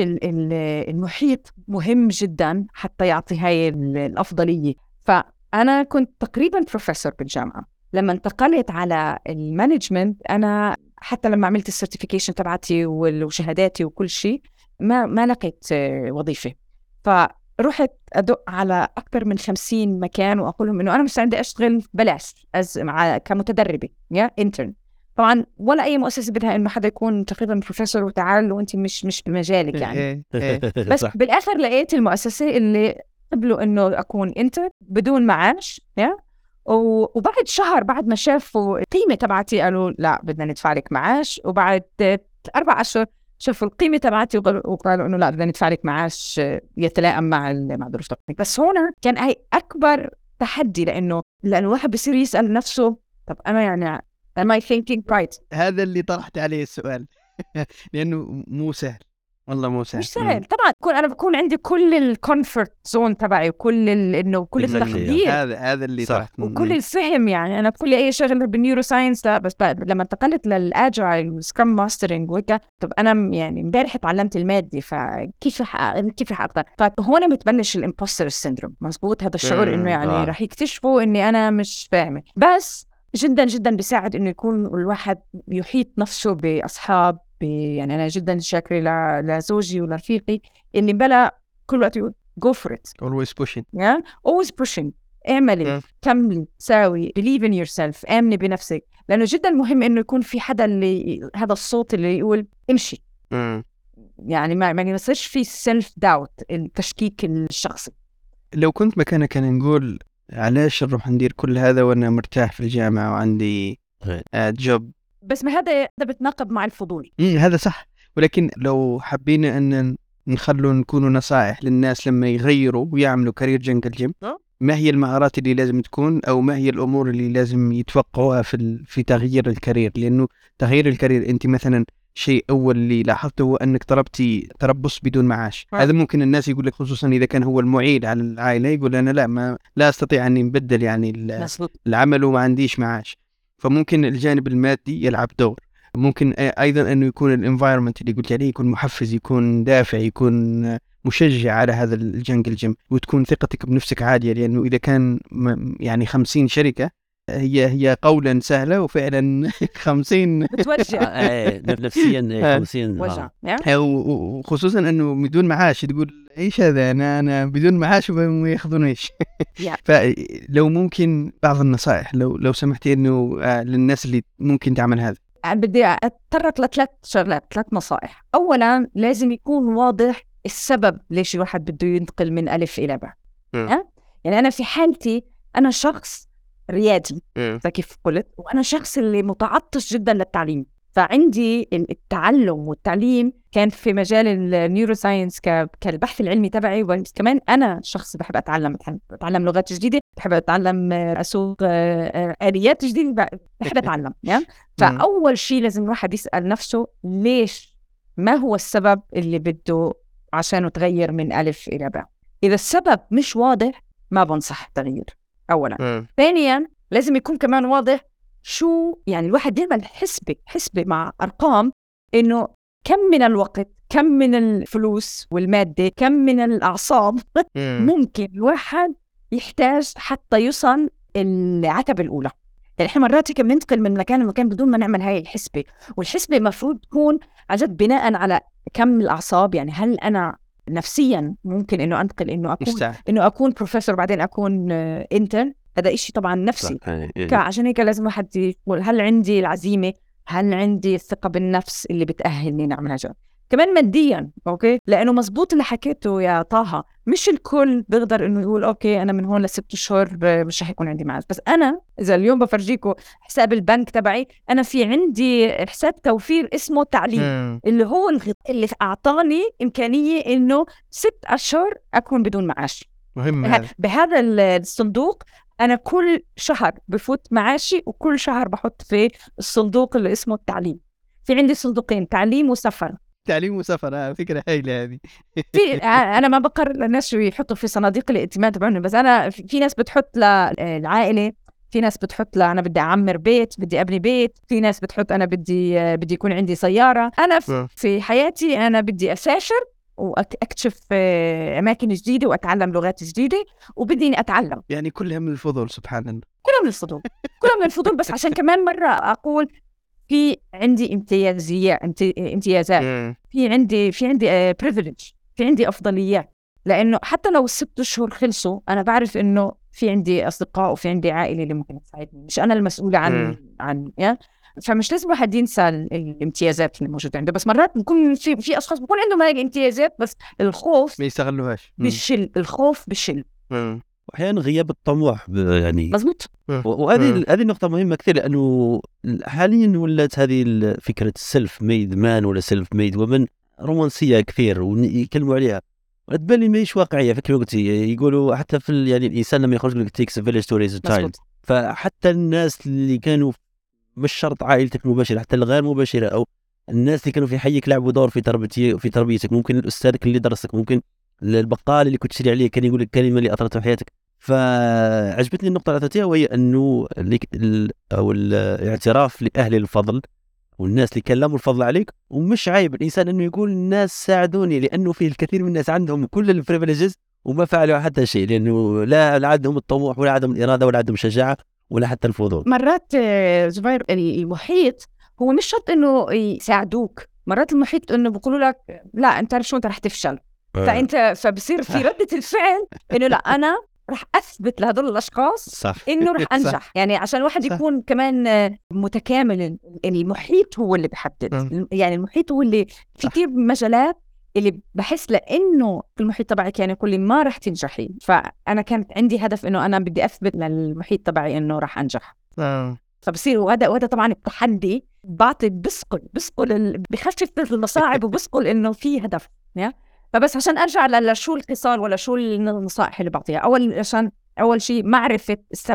المحيط مهم جدا حتى يعطي هاي الأفضلية. فأنا كنت تقريبا بروفيسور بالجامعة، لما انتقلت على المانجمنت أنا حتى لما عملت السيرتيفيكيشن تبعتي وشهاداتي وكل شيء ما لقيت وظيفة. فرحت أدق على أكثر من 50 مكان وأقول لهم إنه أنا مستعدة أشتغل بلاش كمتدربة intern. طبعا ولا أي مؤسسة بدها إنه حدا يكون تقريبا بروفيسور وتعال وأنت مش بمجالك يعني. بس بالآخر لقيت المؤسسة اللي قبلوا إنه أكون intern بدون معاش وبعد شهر بعد ما شافوا القيمة تبعتي قالوا لا بدنا ندفع لك معاش، وبعد 4 أشهر شافوا القيمة تبعتي وقالوا إنه لا بدنا ندفع لك معاش يتلائم مع ظروف تقنية. بس هنا كان هاي أكبر تحدي، لأنه الواحد بيصير يسأل نفسه طب أنا يعني am I thinking right؟ هذا اللي طرحت عليه السؤال لأنه مو سهل، والله مو سهل، مش سهل. طبعا أنا بكون عندي كل الكونفورت زون تبعي وكل إنه كل التقدير، هذا اللي طرحت، وكل الفهم. يعني أنا كل أي شغل بالنيوروساينس لا، بس لما انتقلت للأجايل والسكرام ماسترينج وكذا، طب أنا يعني امبارح تعلمت المادي، فكيف رح أقدر؟ فهون بتبلش الإمبوستر سيندروم. مزبوط، هذا الشعور إنه يعني رح يكتشفوا إني أنا مش فاهمة. بس جدا جدا بيساعد إنه يكون الواحد يحيط نفسه بأصحاب يعني أنا جدا شاكرة لزوجي ولرفيقي اللي بلا كل وقت يقول go for it always pushing always pushing، اعملي، كملي، ساوي، believe in yourself، آمني بنفسك. لأنه جدا مهم إنه يكون في حدا اللي هذا الصوت اللي يقول امشي. يعني ما يصيرش في self doubt، التشكيك الشخصي. لو كنت مكانك كان نقول علاش نروح ندير كل هذا وأنا مرتاح في الجامعة وعندي جوب، بس ما هذا بتناقض مع الفضول. هذا صح. ولكن لو حبينا أن نخلو نكونوا نصائح للناس لما يغيروا ويعملوا كارير جنك الجيم، ما هي المهارات اللي لازم تكون، أو ما هي الأمور اللي لازم يتوقعوها في تغيير الكارير؟ لأنه تغيير الكارير أنت مثلا شيء أول اللي لاحظته هو أنك طلبتي تربص بدون معاش. هذا ممكن الناس يقول لك، خصوصا إذا كان هو المعيل على العائلة، يقول أنا لا أستطيع أن نبدل يعني العمل وما عنديش معاش. فممكن الجانب المادي يلعب دور. ممكن أيضا أنه يكون الانفايرمنت اللي قلت عليه يكون محفز، يكون دافع، يكون مشجع على هذا الجنجل جيم، وتكون ثقتك بنفسك عالية. لأنه إذا كان يعني 50 شركة، هي قولا سهلة وفعلا 50 بتوجع. نفسيا 50 وجع. وخصوصا أنه بدون معاش تقول إيش هذا، أنا بدون معاش وما ياخذونيش. فلو ممكن بعض النصائح لو سمحتي إنه للناس اللي ممكن تعمل هذا. بدي أتطرق لثلاث شغلات، 3 نصائح. أولا لازم يكون واضح السبب ليش الواحد بده ينتقل من ألف إلى باء. يعني أنا في حالتي أنا شخص ريادي كيف قلت، وأنا شخص اللي متعطش جدا للتعليم. فعندي التعلم والتعليم كان في مجال النيوروساينس كالبحث العلمي تبعي، وكمان أنا شخص بحب أتعلم لغات جديدة، بحب أتعلم أسوق آليات جديدة، بحب أتعلم. فأول شيء لازم الواحد يسأل نفسه ليش، ما هو السبب اللي بده عشانه تغير من ألف إلى باء. إذا السبب مش واضح ما بنصح التغيير أولا. ثانيا لازم يكون كمان واضح شو يعني الواحد يعمل حسبة مع أرقام، إنه كم من الوقت، كم من الفلوس والمادة، كم من الأعصاب ممكن الواحد يحتاج حتى يوصل العتبة الأولى. يعني إحنا مرات كم ننتقل من مكان لمكان بدون ما نعمل هاي الحسبة، والحسبة مفروض تكون عجد بناء على كم الأعصاب. يعني هل أنا نفسيا ممكن إنه أنتقل إنه أكون بروفيسور بعدين أكون إنترن؟ هذا إشي طبعا نفسي. عشان هيك لازم واحد يقول هل عندي العزيمة، هل عندي الثقة بالنفس اللي بتأهلني نعمل هذا. كمان ماديا، أوكي، لأنه مزبوط اللي حكيته يا طه، مش الكل بيقدر إنه يقول أوكي أنا من هون ل6 شهور مش رح يكون عندي معاش. بس أنا إذا اليوم بفرجيكم حساب البنك تبعي، أنا في عندي حساب توفير اسمه تعليم، اللي هو الغطاء اللي أعطاني إمكانية إنه 6 أشهر أكون بدون معاش. مهم بهذا الصندوق أنا كل شهر بفوت معاشي، وكل شهر بحط في الصندوق اللي اسمه التعليم. في عندي صندوقين، تعليم وسفر. فكرة هايلة هذه. أنا ما بقرر للناس شو يحطوا في صناديق الائتمان تبعهم، بس أنا في ناس بتحط للعائلة، في ناس بتحط أنا بدي أعمر بيت، بدي أبني بيت، في ناس بتحط أنا بدي يكون عندي سيارة. أنا في حياتي أنا بدي أسافر وأكتشف أماكن جديدة وأتعلم لغات جديدة، وبدي إني أتعلم. يعني كلها من الفضول، سبحان الله، كلها من الفضول. بس عشان كمان مرة أقول في عندي امتيازات، في عندي privilege، في عندي أفضليات. لأنه حتى لو 6 شهور خلصوا أنا بعرف إنه في عندي أصدقاء وفي عندي عائلة اللي ممكن تساعدني، مش أنا المسؤولة عن فمش لازم واحد ينسى الامتيازات اللي موجودة عنده. بس مرات بيكون في أشخاص بيكون عندهم هاي الامتيازات بس الخوف ما يستغلوهاش، الخوف بالشل، وأحيانا غياب الطموح يعني. مزبوط. وهذه نقطة مهمة كثير، لأنه حاليا ولت هذه فكرة السلف ميد مان ولا سلف ميد ومن رومانسية كثير ويكلموا عليها، وتبالي ما هيش واقعية. فكرة وقتي يقولوا حتى في يعني الإنسان لما يخرج لك takes a village to raise a child. فحتى الناس اللي كانوا مش شرط عائلتك المباشرة، حتى الغير مباشرة، أو الناس اللي كانوا في حيك لعبوا دور في تربيتك. ممكن الأستاذك اللي درسك، ممكن البقال اللي كنت تشتري عليه كان يقول الكلمة اللي أثرت في حياتك. فعجبتني النقطة اللي أثرتها، وهي أنه أو الاعتراف لأهل الفضل والناس اللي كلموا الفضل عليك. ومش عيب الإنسان أنه يقول الناس ساعدوني، لأنه في الكثير من الناس عندهم كل البريفيليجز وما فعلوا حتى شيء، لأنه لا عندهم الطموح ولا عندهم الإرادة ولا عندهم الشجاعة ولا حتى الفضول. مرات زبير المحيط هو مش شرط إنه يساعدوك، مرات المحيط إنه بيقولوا لك لا أنت عارف شو أنت رح تفشل. فبصير في ردة الفعل إنه لا أنا رح أثبت لهذول الأشخاص صح. إنه رح أنجح. يعني عشان واحد يكون كمان متكامل، المحيط هو اللي بحدد. يعني المحيط هو اللي في كتير مجالات اللي بحس لأنه المحيط تبعي كان يقول لي ما رح تنجحي، فأنا كانت عندي هدف إنه أنا بدي أثبت للمحيط تبعي إنه رح أنجح. فبصير وهذا طبعا التحدي بعطي بسقل بخفف المصاعب وبسقل إنه في هدف. فبس عشان أرجع لشو الخصال ولا شو النصائح اللي بعطيها. أول شيء معرفة السبب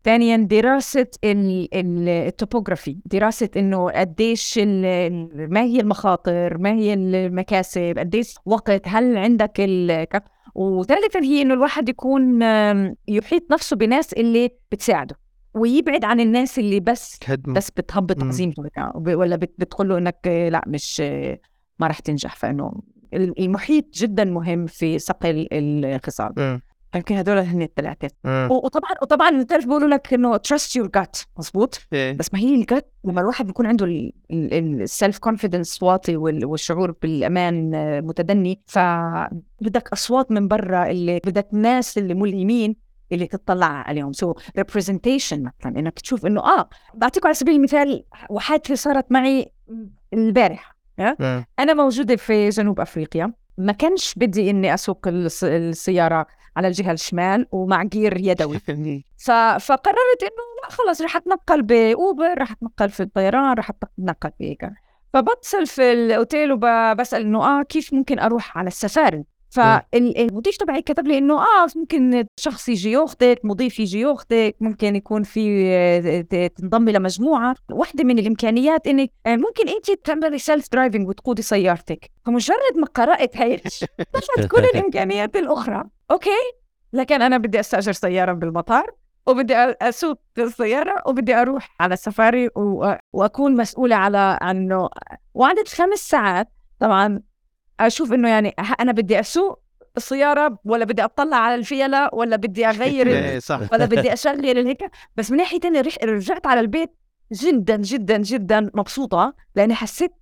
ثانيا دراسة التوبوغرافي، دراسة إنه قديش ما هي المخاطر، ما هي المكاسب، قديش وقت، هل عندك وثالثا هي إنه الواحد يكون يحيط نفسه بناس اللي بتساعده، ويبعد عن الناس اللي بس بتهبط عزيمته ولا بتقول له إنك لا مش ما رح تنجح. فإنه المحيط جدا مهم في صقل الخصال. يمكن هدول هن الثلاثة. وطبعا تعرف بيقولوا لك إنه trust your gut، مظبوط. بس ما هي الجت لما الواحد بيكون عنده السلف كونفيدنس واطي والشعور بالأمان متدني، فبدك أصوات من برا، اللي بدك ناس اللي ملهمين اللي تطلع عليهم. representation مثلا، إنك تشوف إنه بعطيكم على سبيل المثال وحادثة صارت معي البارح. أنا موجودة في جنوب أفريقيا، ما كانش بدي إني أسوق السيارة على الجهة الشمال ومع جير يدوي. فقررت إنه لا خلص رح أتنقل بأوبر، رح أتنقل في الطيران، رح أتنقل في هيك. فبتصل في الأوتيل وبسأل إنه كيف ممكن أروح على السفاري. فالمضيف تبعي كتب لي إنه ممكن شخص يجي ياخدك، مضيف يجي ياخدك، ممكن يكون في تنضمي لمجموعة. واحدة من الإمكانيات إنك ممكن أنت تعملي سيلف درايفنج وتقودي سيارتك. فمجرد ما قرأت هيك طلعت كل الإمكانيات الأخرى أوكي، لكن أنا بدي أستأجر سيارة بالمطار، وبدي أسوق السيارة، وبدي أروح على السفاري وأكون مسؤولة عنه. وعدت 5 ساعات طبعا أشوف إنه يعني أنا بدي أسوق السيارة، ولا بدي أطلع على الفيلة، ولا بدي أغير ولا بدي أشغل الهيك. بس من ناحية تانية رجعت على البيت جدا جدا جدا مبسوطة، لأني حسيت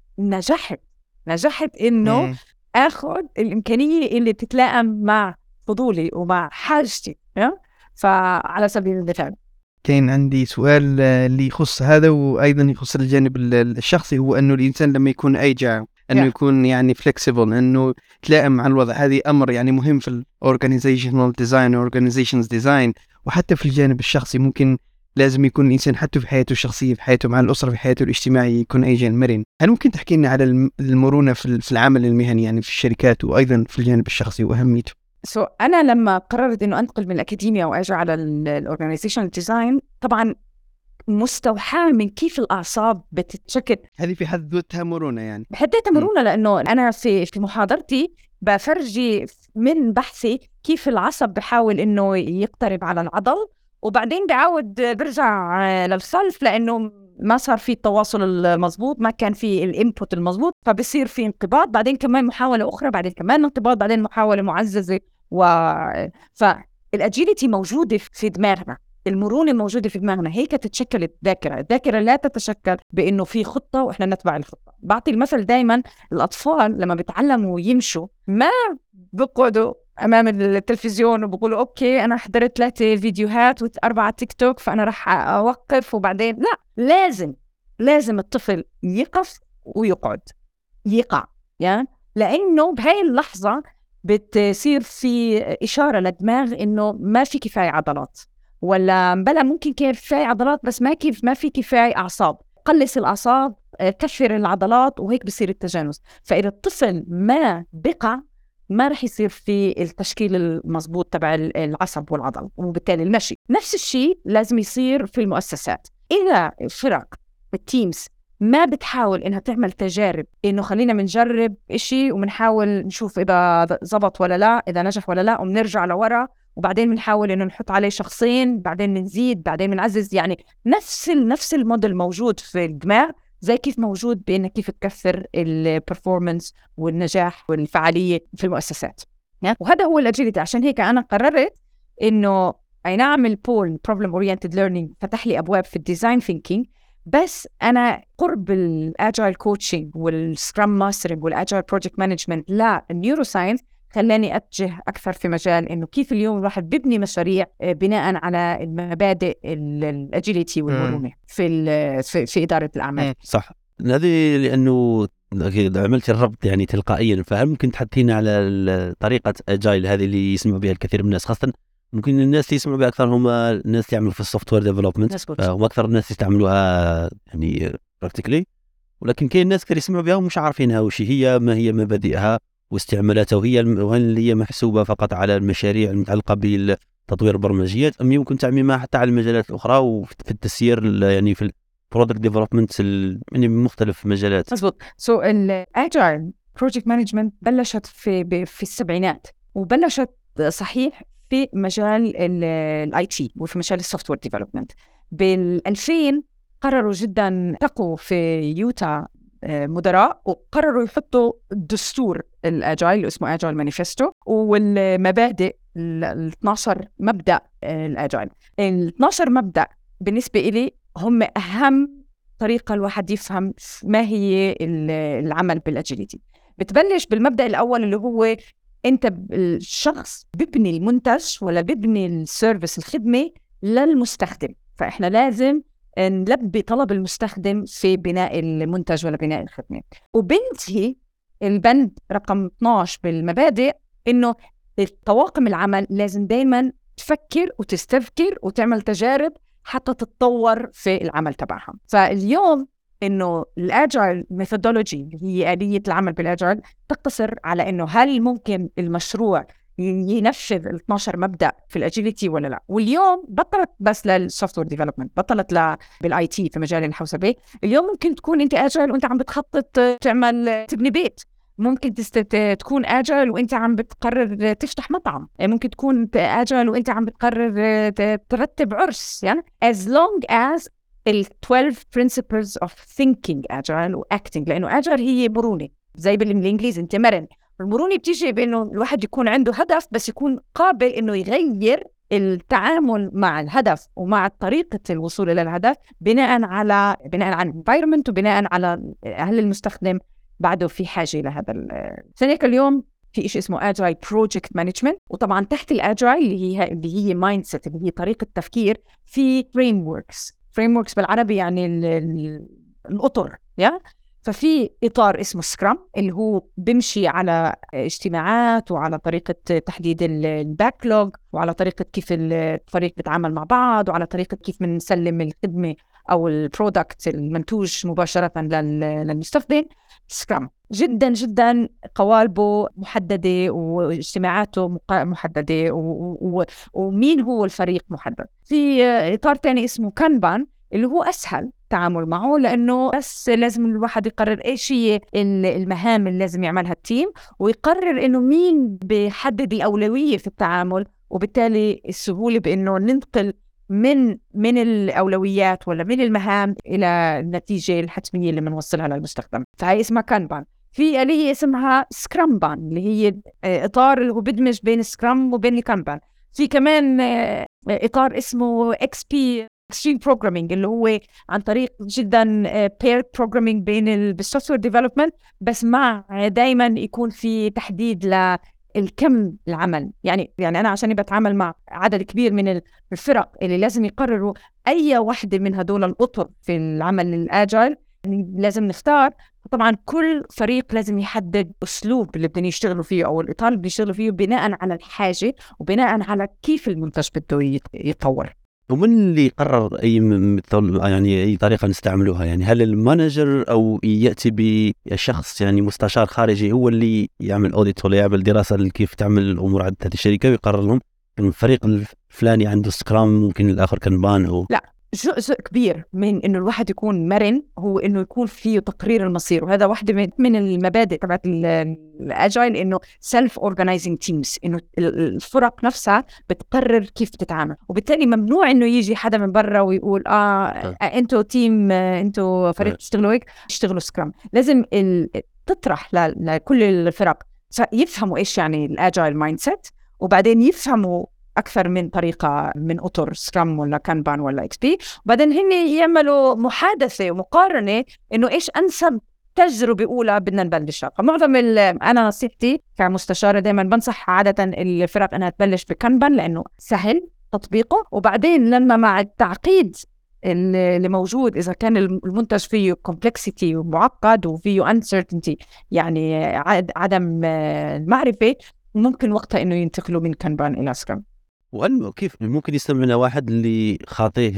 نجحت إنه أخذ الإمكانية اللي تتلائم مع فضولي ومع حاجتي. فعلى سبيل المثال كاين عندي سؤال اللي يخص هذا وأيضا يخص الجانب الشخصي، هو أنه الإنسان لما يكون أيجع أنه يكون يعني flexible، أنه تلائم مع الوضع. هذه أمر يعني مهم في organizational design organizations design، وحتى في الجانب الشخصي ممكن لازم يكون الإنسان حتى في حياته الشخصية، في حياته مع الأسرة، في حياته الاجتماعية يكون أيجن مرن. هل ممكن تحكي لنا على المرونة في العمل المهني، يعني في الشركات وأيضا في الجانب الشخصي وأهميته؟ أنا لما قررت إنه أنتقل من الأكاديمية وأجي على الأورجانيزيشنال ديزاين، طبعا مستوحاة من كيف الأعصاب بتتشكل. هذه في حد ذاتها مرونة، يعني بحديتها مرونة، لأنه أنا في محاضرتي بفرجي من بحثي كيف العصب بحاول إنه يقترب على العضل، وبعدين بعود برجع للخلف لأنه ما صار في التواصل المضبوط، ما كان في الانبوت المضبوط، فبصير في انقباض، بعدين كمان محاولة أخرى، بعدين كمان انقباض، بعدين محاولة معززة. فالأجيليتي موجودة في دماغنا، المرونة موجودة في دماغنا. هيك تتشكل الذاكرة لا تتشكل بأنه في خطة وإحنا نتبع الخطة. بعطي المثل دايما، الأطفال لما بيتعلموا يمشوا ما بقعدوا أمام التلفزيون وبقولوا أوكي أنا حضرت 3 فيديوهات و4 تيك توك فأنا رح أوقف وبعدين لا، لازم الطفل يقف ويقعد، يقع يعني، لأنه بهاي اللحظة بتصير في إشارة للدماغ إنه ما في كفاية عضلات، ولا بلا ممكن كفاية عضلات بس ما في كفاية أعصاب. قلص الأعصاب، كثر العضلات، وهيك بصير التجانس. فإذا الطفل ما بقع ما رح يصير في التشكيل المضبوط تبع العصب والعضل، وبالتالي المشي. نفس الشيء لازم يصير في المؤسسات. إذا فرق التيمز ما بتحاول إنها تعمل تجارب، إنه خلينا منجرب إشي ومنحاول نشوف إذا زبط ولا لا، إذا نجح ولا لا، ومنرجع لورا وبعدين بنحاول إنه نحط عليه شخصين، بعدين نزيد، بعدين بنعزز. يعني نفس الموديل موجود في الدماغ، زي كيف موجود بإنك كيف تكثر البرفورمانس والنجاح والفعالية في المؤسسات. وهذا هو الأجيليتي. عشان هيك أنا قررت إنه أي نعم البول problem oriented learning فتح لي أبواب في الديزاين ثينكينج، بس أنا قرب الأجايل كوتشنج والسكرام ماسترنج والأجايل بروجكت مانجمنت لا النيوروساينس خلاني أتجه أكثر في مجال إنه كيف اليوم الواحد بيبني مشاريع بناء على المبادئ الأجيليتي والمرونة في إدارة الأعمال. صح. هذه لأنه عملت الربط يعني تلقائيا. فهل ممكن تحدثينا على طريقة أجايل هذه اللي يسمع بها الكثير من الناس، خاصة ممكن الناس اللي يسمعوا بها أكثر هم الناس اللي يعملوا في السوفت وير ديفلوبمنت، هم أكثر الناس يستعملوها يعني براكتيكلي، ولكن كاين الناس اللي يسمعوا بها ومش عارفينها وش هي، ما هي مبادئها واستعمالاتها، وهل هي محسوبة فقط على المشاريع المتعلقة تطوير البرمجيات، ام يمكن تعميمها حتى على المجالات الاخرى وفي التسيير يعني في البرودكت ديفلوبمنت يعني بمختلف المجالات؟ مظبوط. الاجايل بروجكت مانجمنت بلشت في السبعينات، وبلشت صحيح في مجال الاي تي وفي مجال السوفت وير ديفلوبمنت. بال2000 قرروا جدا تقوا في يوتا مدراء وقرروا يحطوا دستور الاجايل اللي اسمه اجايل مانيفستو، والمبادئ ال 12 مبدأ الاجايل. ال 12 مبدأ بالنسبة إلي هم أهم طريقة الواحد يفهم ما هي العمل بالاجيليتي. بتبلش بالمبدأ الأول اللي هو أنت الشخص ببني المنتج ولا ببني السيرفيس الخدمة للمستخدم، فإحنا لازم نلبي طلب المستخدم في بناء المنتج ولا بناء الخدمة. وبنتهي البند رقم 12 بالمبادئ إنه طواقم العمل لازم دايما تفكر وتستذكر وتعمل تجارب حتى تتطور في العمل تبعها. فاليوم إنه الأجايل ميثودولوجي هي آلية العمل بالأجايل تقتصر على إنه هل ممكن المشروع ينفذ ال 12 مبدأ في الأجيليتي ولا لا. واليوم بطلت بس للسوفت وير ديفلوبمنت، بطلت بالاي تي في مجال الحوسبة. اليوم ممكن تكون أنت أجايل وأنت عم بتخطط تعمل تبني بيت، ممكن تكون آجل وإنت عم بتقرر تفتح مطعم، ممكن تكون آجل وإنت عم بتقرر ترتب عرس. يعني as long as ال 12 principles of thinking agile و acting، لأنه agile هي مرونة زي بالإنجليزي أنت مرن. المرونة بتيجي بأنه الواحد يكون عنده هدف بس يكون قابل إنه يغير التعامل مع الهدف ومع طريقة الوصول إلى الهدف بناء على environment وبناء على هل المستخدم بعده في حاجة لهذا السنة. اليوم في إشي اسمه Agile Project Management، وطبعا تحت الأجايل اللي هي mindset اللي هي طريقة تفكير، في frameworks بالعربي يعني الأطر. ففي إطار اسمه سكرام اللي هو بمشي على اجتماعات وعلى طريقة تحديد الباكلوج وعلى طريقة كيف الفريق بيتعامل مع بعض وعلى طريقة كيف بنسلم الخدمة أو البرودكت المنتوج مباشرة للمستخدم. سكرام جدا جدا قوالبه محددة واجتماعاته محددة ومين هو الفريق محدد. في إطار تاني اسمه كانبان اللي هو أسهل التعامل معه، لأنه بس لازم الواحد يقرر إيش هي المهام اللي لازم يعملها التيم ويقرر إنه مين بيحدد الأولوية في التعامل، وبالتالي السهولة بإنه ننتقل من الأولويات ولا من المهام إلى النتيجة الحتمية اللي بنوصلها للمستخدم. فهي اسمها كانبان. في آلية اسمها سكرامبان اللي هي إطار اللي هو بدمج بين سكرام وبين الكانبان. في كمان إطار اسمه XP Extreme Programming اللي هو عن طريق جدا paired programming بين بالسوفت وير ديفلوبمنت، بس مع دايما يكون في تحديد الكم العمل. يعني أنا عشان بتعامل مع عدد كبير من الفرق اللي لازم يقرروا أي واحدة من هدول الأطر في العمل الآجايل لازم نختار. طبعا كل فريق لازم يحدد أسلوب اللي بدنا يشتغلوا فيه أو الإطار اللي بيشتغلوا فيه بناء على الحاجة وبناء على كيف المنتج بده يتطور. ومن اللي يقرر أي مثل يعني أي طريقة نستعملوها؟ يعني هل المانجر أو يأتي بشخص يعني مستشار خارجي هو اللي يعمل أوديت ولا يعمل دراسة لكيف تعمل الأمور عند هذه الشركة ويقرر لهم الفريق الفلاني عنده سكرام ممكن الآخر كنبان أو لا؟ جزء كبير من إنه الواحد يكون مرن هو إنه يكون فيه تقرير المصير، وهذا واحدة من المبادئ تبعت الأجايل، إنه self organizing teams، إنه الفرق نفسها بتقرر كيف تتعامل، وبالتالي ممنوع إنه يجي حدا من برا ويقول أنتوا تيم أنتوا فريق تشتغلوا هيك تشتغلوا سكرام. لازم تطرح لكل الفرق يفهموا إيش يعني الأجايل مايندسيت، وبعدين يفهموا أكثر من طريقة من أطر سكرام ولا كانبان ولا XP، وبعدين هن يعملوا محادثة ومقارنة إنه إيش أنسب تجربة أولى بدنا نبلشها. فمعظم أنا نصيحتي كمستشارة دائما بنصح عادة الفرق أنها تبلش بكانبان لأنه سهل تطبيقه، وبعدين لما مع التعقيد اللي موجود إذا كان المنتج فيه complexity ومعقد وفيه uncertainty يعني عدم المعرفة، ممكن وقتها إنه ينتقلوا من كانبان إلى سكرام. وهل كيف ممكن يستمعنا واحد اللي خاطيه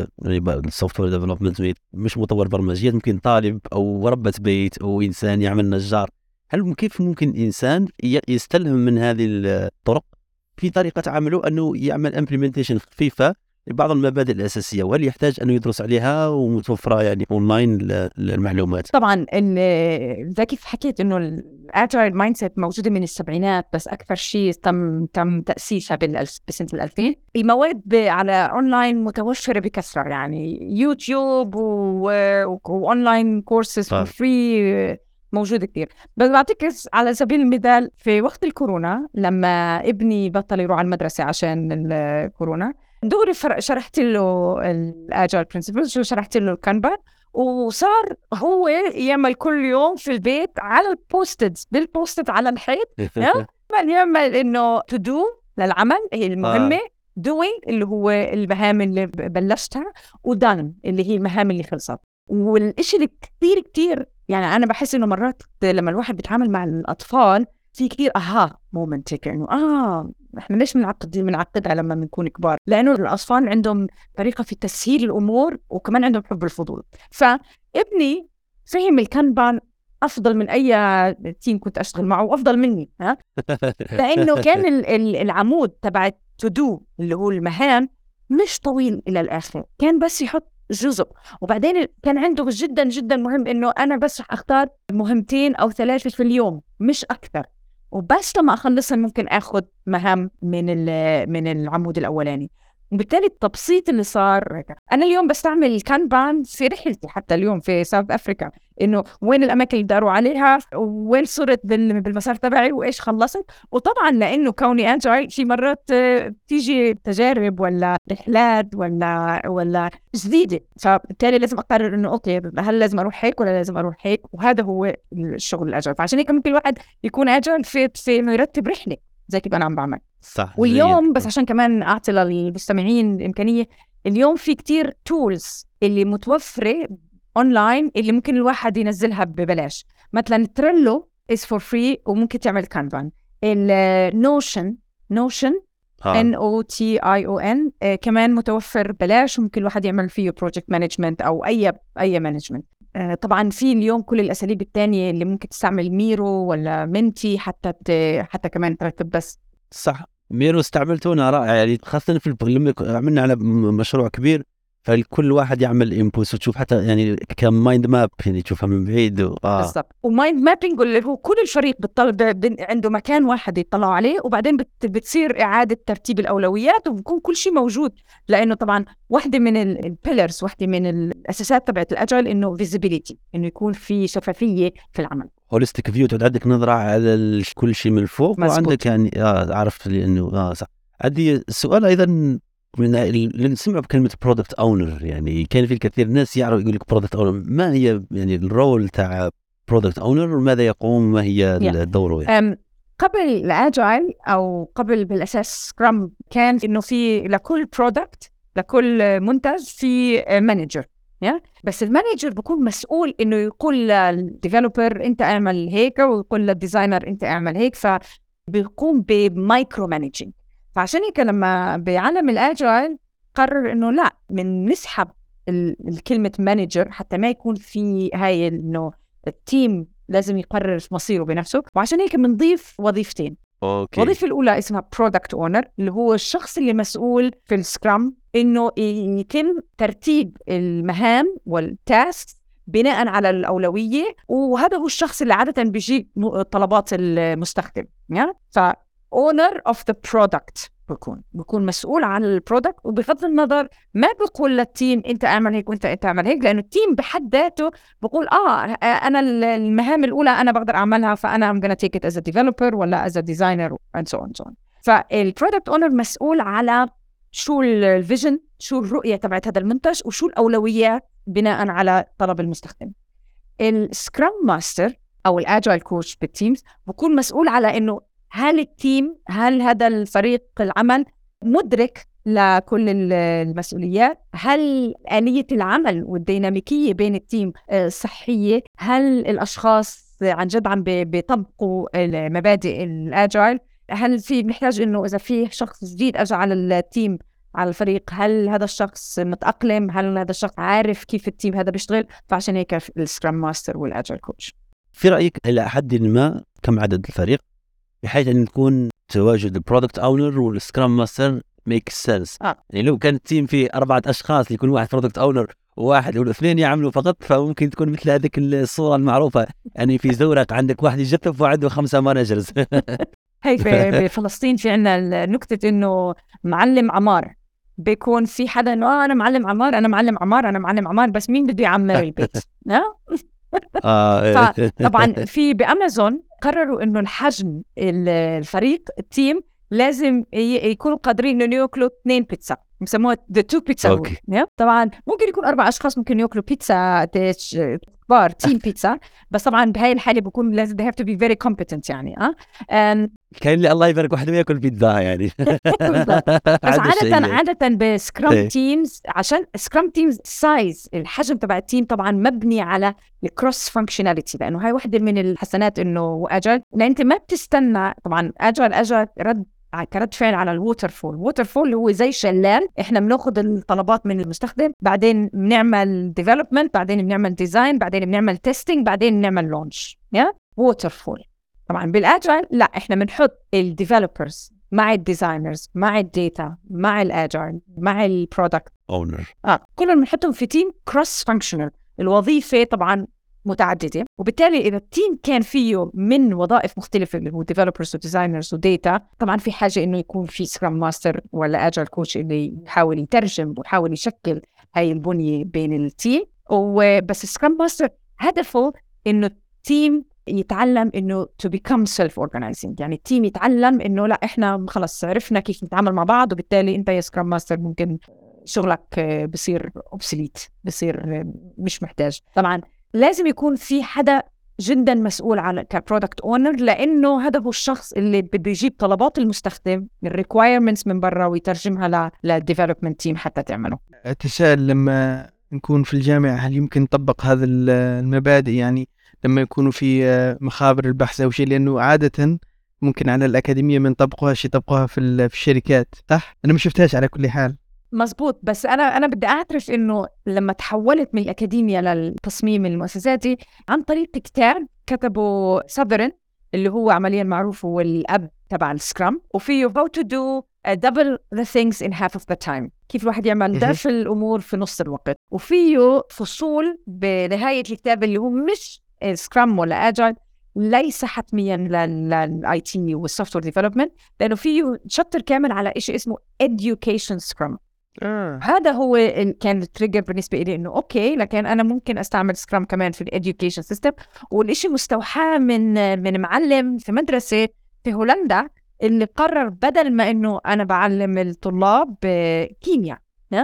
السوفت وير ديفلوبمنت مش مطور برمجيات، ممكن طالب او ربة بيت او انسان يعمل نجار، هل كيف ممكن انسان يستلهم من هذه الطرق في طريقة عمله أنه يعمل implementation خفيفة لبعض المبادئ الأساسية، وهل يحتاج أنه يدرس عليها ومتوفرة يعني أونلاين المعلومات؟ طبعا زي كيف حكيت إنه الأجايل مايند سيت موجودة من السبعينات، بس أكثر شيء تم تأسيسها بسنة 2000. المواد على أونلاين متوفرة بكثرة، يعني يوتيوب وأونلاين كورسز فري موجودة كتير. بس بعطيك على سبيل المثال، في وقت الكورونا لما ابني بطل يروح على المدرسة عشان الكورونا، دغري شرحت له الأجايل برينسيبلز وشرحت له الكانبان، وصار هو يعمل كل يوم في البيت على بالبوستد على الحيط يعمل إنه to do للعمل هي المهمة، doing اللي هو المهام اللي بلشتها، ودان اللي هي المهام اللي خلصت. والإشي اللي كتير يعني أنا بحس إنه مرات لما الواحد بيتعامل مع الأطفال في كتير مومنت هيك إنه إحنا ليش بنعقدها لما بنكون كبار؟ لأنه الأطفال عندهم طريقة في تسهيل الأمور، وكمان عندهم حب الفضول. فابني فهم الكانبان أفضل من أي تيم كنت أشتغل معه، وأفضل مني لأنه كان العمود تبع to do اللي هو المهام مش طويل إلى الآخر، كان بس يحط جزء. وبعدين كان عنده جدا مهم إنه أنا بس رح أختار 2 أو 3 في اليوم مش أكثر، وبس لما أخلصها ممكن أخذ مهام من العمود الأولاني. وبالتالي التبسيط اللي صار، أنا اليوم بستعمل الكانبان في رحلتي حتى اليوم في ساوث أفريقيا، إنه وين الأماكن اللي داروا عليها، وين صرت بالمسار تبعي، وإيش خلصت. وطبعا لأنه كوني أجايل في مرات تيجي تجارب ولا رحلات ولا جديدة، فبالتالي لازم أقرر إنه أوكي هل لازم أروح هيك ولا لازم أروح هيك، وهذا هو الشغل الأجايل. فعشان هيك ممكن الواحد يكون أجايل في إنه يرتب رحلة زي كيف أنا عم بعمل. صح. واليوم بس عشان كمان أعطي للمستمعين الإمكانية، اليوم في كتير تولز اللي متوفرة أونلاين اللي ممكن الواحد ينزلها ببلاش. مثلا تريلو is for free وممكن تعمل كانبان. النوشن NOTION كمان متوفر بلاش، وممكن الواحد يعمل فيه project management أو أي management. طبعا في اليوم كل الأساليب التانية اللي ممكن تستعمل ميرو ولا منتي حتى كمان ترتب. بس صح، ميرو استعملته أنا رائع، يعني خاصة لما عملنا على مشروع كبير، فالكل واحد يعمل انبوتس وتشوف حتى يعني كمايند ماب، يعني تشوفها من بعيد بالضبط. ومايند مابينج اللي هو كل الفريق عنده مكان واحد يطلعوا عليه، وبعدين بتصير إعادة ترتيب الأولويات، وبكون كل شيء موجود. لأنه طبعا واحدة من البيلرز، واحدة من الأساسات تبعت الأجايل إنه فيزيبيليتي، إنه يكون في شفافية في العمل. هوليستيك فيو، تعد عندك نظرة على كل شيء من فوق. مزبوط. وعندك يعني عارف لأنه صح. عندي السؤال أيضا من اللي نسمع بكلمة برودكت أونر، يعني كان في الكثير ناس يعرف يقول لك برودكت أونر، ما هي يعني الرول تاع برودكت أونر وماذا يقوم، ما هي دوره يعني؟ قبل الأجايل أو قبل بالأساس سكرام كان إنه في لكل برودكت، لكل منتج في مانجر، بس المانجر بيكون مسؤول إنه يقول للديفلوبر أنت اعمل هيك، ويقول للديزاينر أنت اعمل هيك، فبيقوم بمايكرو مانجينج. فعشان هيك لما بعالم الأجايل قرر إنه لا، من نسحب الكلمة مانجر حتى ما يكون في هاي إنه التيم لازم يقرر مصيره بنفسه. وعشان هيك بنضيف وظيفتين. الوظيفة الأولى اسمها برودكت أونر، اللي هو الشخص اللي مسؤول في السكرام إنه يتم ترتيب المهام والتاسك بناء على الأولوية، وهذا هو الشخص اللي عادة بيجي طلبات المستخدم. owner of the product بيكون مسؤول عن البرودكت، وبغض النظر ما بيقول للتيم انت اعمل هيك وانت اعمل هيك، لانه التيم بحد ذاته بيقول انا المهام الاولى انا بقدر اعملها، فانا I'm gonna take it as a developer ولا as a designer and so on. فالبرودكت اونر مسؤول على شو الفيجن، شو الرؤية تبعت هذا المنتج، وشو الأولويات بناء على طلب المستخدم. السكرام ماستر أو الأجايل كوتش بالتيمز بيكون مسؤول على إنه هل هذا الفريق العمل مدرك لكل المسؤوليات، هل آلية العمل والديناميكية بين التيم صحية، هل الأشخاص عن جد عم بيطبقوا المبادئ الأجايل، هل بنحتاج إنه إذا في شخص جديد أجى على التيم على الفريق هل هذا الشخص متأقلم، هل هذا الشخص عارف كيف التيم هذا بيشتغل. فعشان هيك السكرام ماستر والأجايل كوتش. في رأيك إلى حد ما كم عدد الفريق بحيث ان تكون تواجد البرودكت اونر والسكرام ماستر ميك سنس. يعني لو كان التيم فيه 4 أشخاص يكون واحد برودكت اونر وواحد ولا 2 يعملوا فقط، فممكن تكون مثل هذيك الصوره المعروفه يعني في زورق عندك واحد يجتف وعنده 5 مانجرز. هي في فلسطين في عنا نكتة إنه معلم عمار، بيكون في حدا إنه أنا معلم عمار، أنا معلم عمار، أنا معلم عمار، بس مين بده يعمر البيت؟ فطبعا في بأمازون قرروا إنه الحجم الفريق التيم لازم يكونوا قادرين إنه يأكلوا 2 بيتزا، بسموها the 2 pizza rule. طبعا ممكن يكون 4 أشخاص ممكن يأكلوا بيتزا كبار تيم بيتزا، بس طبعا بهاي الحالة بيكون لازم they have to be very competent يعني. كان لي الله يبارك واحد ما ياكل بيتزا يعني. بس عادة بسكرام تيمز، عشان سكرام تيمز سايز الحجم تبع التيم طبعا مبني على الكروس فانكشناليتي، لأنه هاي واحدة من الحسنات إنه أجل، لأن أنت ما بتستنى. طبعا أجل كرد فعل على الووتر فول هو زي شلال، احنا بناخذ الطلبات من المستخدم، بعدين بنعمل ديفلوبمنت، بعدين بنعمل ديزاين، بعدين بنعمل تيستينج، بعدين بنعمل لونش. ووتر فول. طبعا بالاجايل لا، احنا بنحط الديفلوبرز مع الديزاينرز مع الداتا مع الاجايل مع البرودكت اونر، كلهم بنحطهم في تيم كروس فانكشنال. الوظيفه طبعا متعددة، وبالتالي إذا التيم كان فيه من وظائف مختلفة اللي هو developers و designers و data، طبعا في حاجة إنه يكون في scrum master ولا agile coach اللي يحاول يترجم ويحاول يشكل هاي البنية بين التيم. وبس scrum master هدفه إنه التيم يتعلم إنه to become self-organizing، يعني التيم يتعلم إنه لا إحنا خلص عرفنا كيف نتعامل مع بعض، وبالتالي أنت يا scrum master ممكن شغلك بصير obsolete، بصير مش محتاج. طبعا لازم يكون في حدا جدا مسؤول على كبرودكت اونر، لانه هذا هو الشخص اللي بده يجيب طلبات المستخدم الريكوايرمنتس من برا ويترجمها للديفلوبمنت تيم حتى تعمله. تسأل لما نكون في الجامعة هل يمكن نطبق هذا المبادئ، يعني لما يكونوا في مخابر البحث او شيء، لانه عادة ممكن على الأكاديمية من طبقوها شيء طبقوها في الشركات، صح؟ انا ما شفتهاش على كل حال. مزبوط، بس أنا بدي أعترف إنه لما تحولت من الأكاديمية للتصميم المؤسساتي عن طريق كتاب كتبوا ساذرن اللي هو عمليا معروف هو الأب تبع السكرام، وفيه how to do double the things in half of the time، كيف الواحد يعمل ضعف الأمور في نص الوقت. وفيه فصول بنهاية الكتاب اللي هو مش سكرام ولا أجايل، ليس حتميا للاي تي والسوفتوير ديفلوبمنت، لأنه فيه شابتر كامل على شيء اسمه education scrum. هذا هو كان التريجر بالنسبة لي، إنه أوكي لكن أنا ممكن أستعمل سكرام كمان في الإديوكيشن سيستم. والإشي مستوحى من معلم في مدرسة في هولندا اللي قرر بدل ما إنه أنا بعلم الطلاب كيمياء،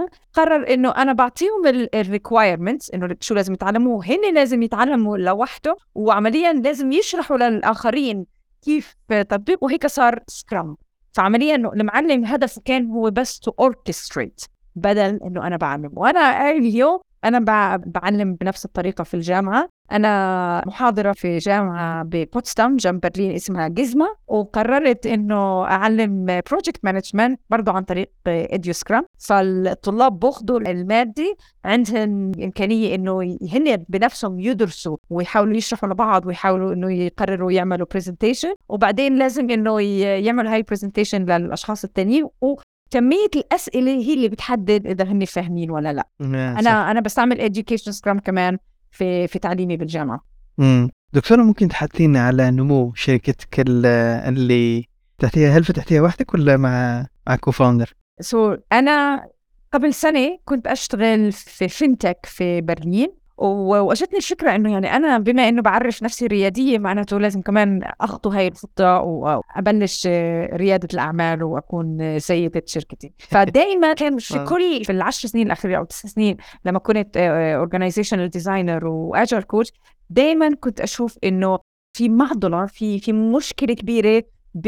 قرر إنه أنا بعطيهم الريكوايرمنتس إنه شو لازم يتعلموه، هن لازم يتعلموا لوحده، وعمليا لازم يشرحوا للآخرين كيف تطبيق، وهيك صار سكرام. فعمليا إنه المعلم هدفه كان هو بس to orchestrate بدل إنه أنا بعلم. وأنا اليوم أنا بعلم بنفس الطريقة في الجامعة. أنا محاضرة في جامعة ببوتسدام جنب برلين اسمها جيزما، وقررت إنه أعلم project management برضو عن طريق إديوسكرام. فالطلاب بأخذوا المادي عندهم إمكانية إنه هن بنفسهم يدرسوا ويحاولوا يشرحوا لبعض ويحاولوا إنه يقرروا يعملوا presentation، وبعدين لازم إنه يعملوا هاي presentation للأشخاص التانيين، كمية الأسئلة هي اللي بتحدد إذا هني فاهمين ولا لا. أنا بستعمل education scrum كمان في تعليمي بالجامعة. دكتورة ممكن تحدثينا على نمو شركتك اللي تحتيها، هل فتحتيها وحدك ولا مع كوفاوندر؟ أنا قبل سنة كنت أشتغل في فينتك في برلين، وأجتني الفكرة إنه يعني أنا بما إنه بعرف نفسي ريادية معناته لازم كمان أخطو هاي الخطة وأبلش ريادة الأعمال وأكون سيدة شركتي. فدايما كان في 10 سنين الأخيرة أو 9 سنين لما كنت organizational designer وagile coach، دايما كنت أشوف إنه في معضلة في مشكلة كبيرة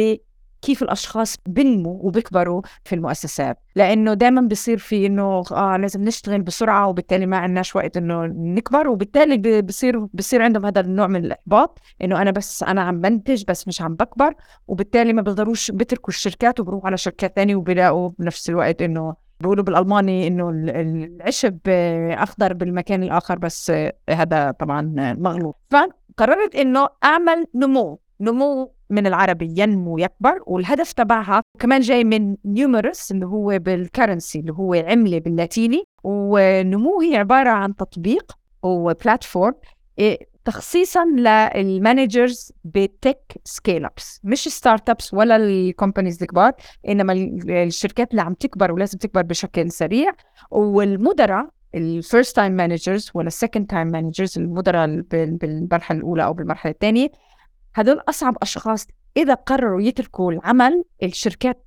كيف الأشخاص بنموا وبكبروا في المؤسسات، لأنه دائما بيصير في إنه لازم نشتغل بسرعة وبالتالي ما عندناش وقت إنه نكبر، وبالتالي بيصير عندهم هذا النوع من الإحباط، إنه أنا عم بنتج بس مش عم بكبر، وبالتالي ما بيقدروش بتركوا الشركات وبروحوا على شركات تانية، وبيلاقوا بنفس الوقت إنه بيقولوا بالألماني إنه العشب أخضر بالمكان الآخر، بس هذا طبعا مغلوط. فقررت إنه أعمل نمو نمو من العربي ينمو يكبر، والهدف تبعها كمان جاي من نيوميرس اللي هو بالكرنسي اللي هو عملة باللاتيني، ونمو هي عبارة عن تطبيق وبلاتفورم تخصيصا للمانجرز بالتك سكيل ابس، مش ستارت ابس ولا الكومبانيز الكبار، انما الشركات اللي عم تكبر ولازم تكبر بشكل سريع. والمدراء الفيرست تايم مانجرز ولا السكند تايم مانجرز، المدراء بالمرحله الاولى او بالمرحله الثانيه، هذول اصعب اشخاص اذا قرروا يتركوا العمل. الشركات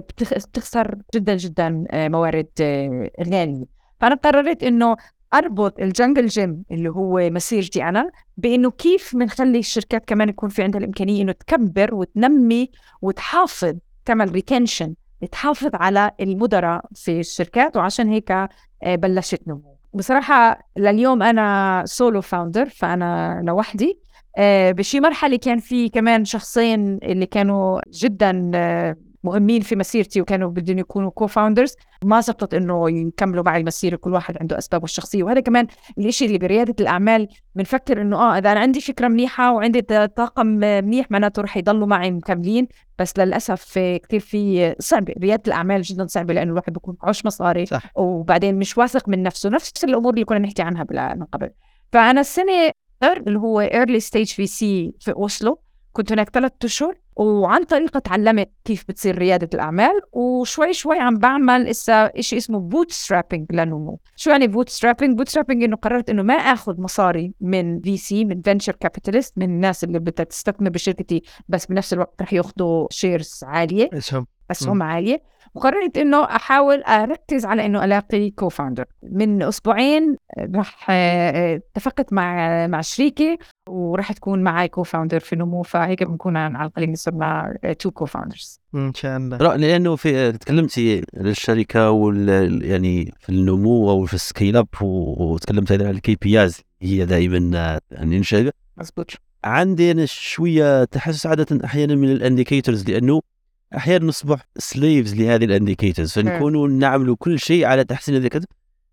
بتخسر جدا جدا موارد غاليه. فانا قررت انه أربط الجنجل جيم اللي هو مسيرتي أنا بإنه كيف منخلي الشركات كمان يكون في عندها الإمكانية إنه تكبر وتنمي وتحافظ، تعمل ريتنشن، تحافظ على المدراء في الشركات. وعشان هيك بلشت نمو. بصراحة لليوم أنا سولو فاوندر، فأنا لوحدي. بشي مرحلة كان في كمان شخصين اللي كانوا جدا مهمين في مسيرتي وكانوا بدهم يكونوا كو-فاوندرز، ما زبطت إنه يكملوا معي المسيرة، كل واحد عنده أسبابه الشخصية. وهذا كمان الإشي اللي بريادة الأعمال بنفكر إنه إذا أنا عندي فكرة منيحة وعندي طاقم منيح معناته رح يضلوا معي مكملين. بس للأسف كتير في صعب ريادة الأعمال، جدا صعبة، لأنه الواحد بيكون معوش مصاري، صح. وبعدين مش واثق من نفسه، نفس الأمور اللي كنا نحكي عنها من قبل. فأنا السنة اللي هو early stage VC في أوسلو كنت هناك 3 أشهر، وعن طريقة تعلمت كيف بتصير ريادة الأعمال، وشوي شوي عم بعمل إشي اسمه بوتسترابينج لنمو. شو يعني بوتسترابينج؟ بوتسترابينج إنه قررت إنه ما أخذ مصاري من VC، من venture capitalist، من الناس اللي بدها تستثمر بشركتي، بس بنفس الوقت رح ياخدوا شيرز عالية، أسهم عالية. وقررت إنه أحاول أركز على إنه ألاقي كو-فاوندر. من أسبوعين رح اتفقت مع شريكي ورح تكون معي كو-فاوندر في نمو، فهيك بنكون على القليل صرنا 2 كو-فاوندرز إن شاء الله. لأنه في تكلمتي للشركة يعني في النمو أو في السكيل أب، وتكلمت أيضا عن الKPIs هي دائما يعني نشأ. مزبوط. عندي أنا شوية تحسس عادة أحيانا من الانديكيتورز، لأنه أحيانا نصبح سليفز لهذه الانديكيتورز، فنكونوا نعملوا كل شيء على تحسين الانديكيتورز.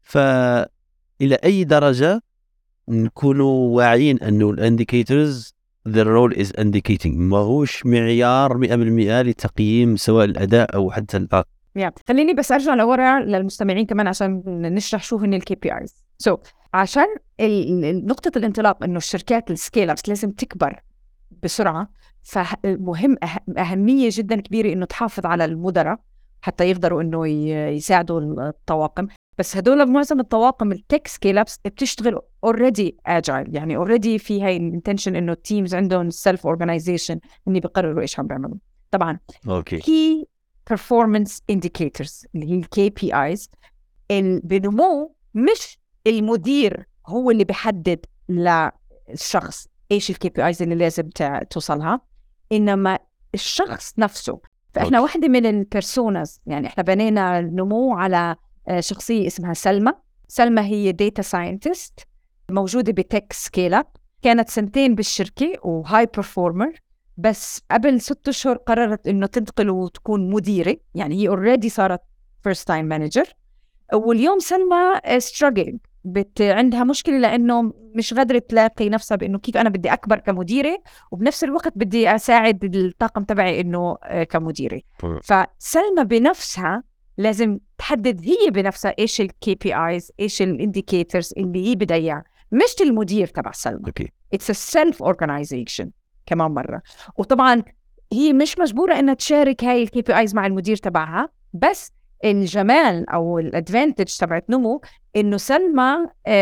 فإلى أي درجة نكونوا واعيين أنه الانديكيتورز the role is indicating ما هوش معيار 100% لتقييم سواء الأداء أو حتى الأداء. خليني بس أرجع لورا للمستمعين كمان عشان نشرح شو هن الKPIs. عشان نقطة الانطلاق إنه الشركات السكيل أبس لازم تكبر بسرعة، فمهم أهمية جدا كبيرة إنه تحافظ على المدراء حتى يقدروا إنه يساعدوا الطواقم. بس هدول معظم الطواقم التك سكيل أبس بتشتغل already agile، يعني already في هاي الانتنشن إنه التيمز عندهم self organization، إني بقرروا إيش عم بيعملوا. طبعا key performance indicators اللي هي KPIs بنمو، مش المدير هو اللي بيحدد للشخص إيش الKPIs اللي لازم توصلها، إنما الشخص نفسه. فإحنا واحدة من البيرسوناز، يعني إحنا بنينا النمو على شخصية اسمها سلمى هي داتا ساينتست موجودة بتك سكيل أب، كانت 2 سنين بالشركة وهاي برفورمر، بس قبل 6 أشهر قررت إنه تنتقل وتكون مديرة، يعني هي already صارت first time manager. واليوم سلمى struggling، عندها مشكلة لأنه مش قادرة تلاقي نفسها بأنه كيف أنا بدي أكبر كمديرة وبنفس الوقت بدي أساعد الطاقم تبعي إنه كمديرة. فسلمى بنفسها لازم تحدد هي بنفسها إيش الKPIs، إيش الindicators اللي هي بدها إياها، مش المدير تبع سلمى. It's a self-organization كمان مرة. وطبعا هي مش مجبورة إنها تشارك هاي الKPIs مع المدير تبعها، بس الجمال أو الادفانتج تبعت نمو إنه سلمى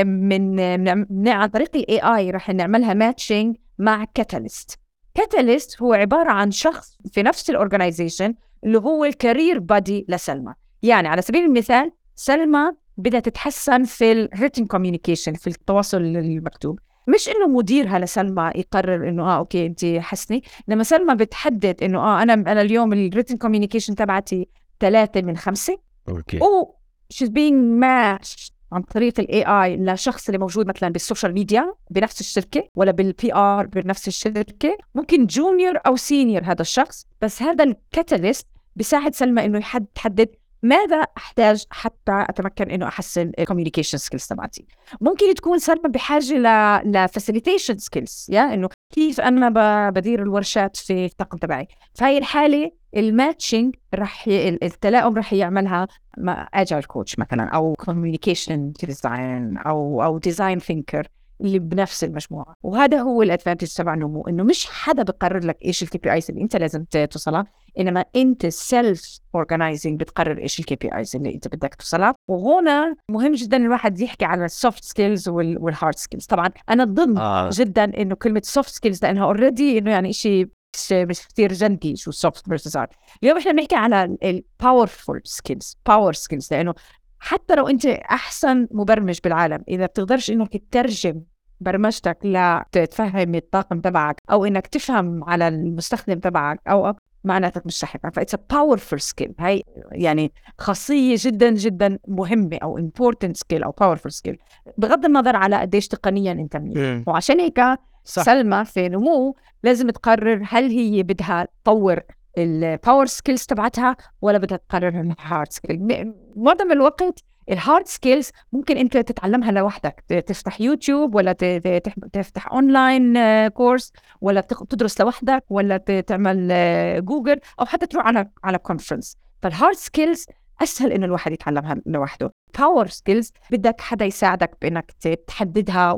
عن طريق AI رح نعملها ماتشينج مع كاتاليست هو عبارة عن شخص في نفس الأورجانيزيشن اللي هو الكارير بادي لسلمى. يعني على سبيل المثال سلمى بدها تتحسن في الريتن كوميونيكيشن، في التواصل المكتوب، مش إنه مديرها لسلمى يقرر إنه أوكي أنت حسني، لما سلمى بتحدد إنه أنا اليوم الريتن كوميونيكيشن تبعتي 3 من 5، أو she's being matched عن طريق AI لشخص اللي موجود مثلا بالسوشيال ميديا بنفس الشركة ولا بالPR بنفس الشركة، ممكن جونيور أو سينيور هذا الشخص. بس هذا الكاتاليست بيساعد سلمى إنه تحدد ماذا أحتاج حتى أتمكن إنه أحسن communication skills تبعتي؟ ممكن تكون سلمى بحاجة ل facilitation skills، إنه كيف أنا بدير الورشات في الطاقم تبعي. فهي الحالة الماتشنج التلاؤم رح يعملها agile coach مثلا، أو communication design أو design thinker اللي بنفس المجموعة. وهذا هو الادفانتج تبع النمو، إنه مش حدا بقرر لك إيش الكي بي ايز اللي أنت لازم توصلها، إنما أنت سيلف أورجنايزنج بتقرر إيش الكي بي ايز اللي أنت بدك توصلها. وهنا مهم جدا الواحد يحكي على السوفت سكيلز والهارد سكيلز. طبعا أنا ضد جدا إنه كلمة سوفت سكيلز، لأنها أوريدي إنه يعني إشي مش كتير جنبي شو سوفت versus hard. اليوم إحنا بنحكي على الباورفول سكيلز، باور سكيلز، لأنه حتى لو أنت أحسن مبرمج بالعالم، إذا بتقدرش إنك تترجم برمجتك لتفهم الطاقم تبعك أو إنك تفهم على المستخدم تبعك أو معناتك مش صحيح. فإتس powerful skill، هاي يعني خاصية جدا جدا مهمة أو important skill أو powerful skill، بغض النظر على قديش تقنيا أنت منيح. وعشان هيك سلمى في نمو لازم تقرر هل هي بدها تطور الباور سكيلز تبعتها ولا بدها تقرر الهارد سكيل. معظم الوقت الهارد سكيلز ممكن انت تتعلمها لوحدك، تفتح يوتيوب ولا تفتح اونلاين كورس، ولا تدرس لوحدك، ولا تعمل جوجل، او حتى تروح على كونفرنس. فالهارد سكيلز اسهل انه الواحد يتعلمها لوحده. باور سكيلز بدك حدا يساعدك بانك تحددها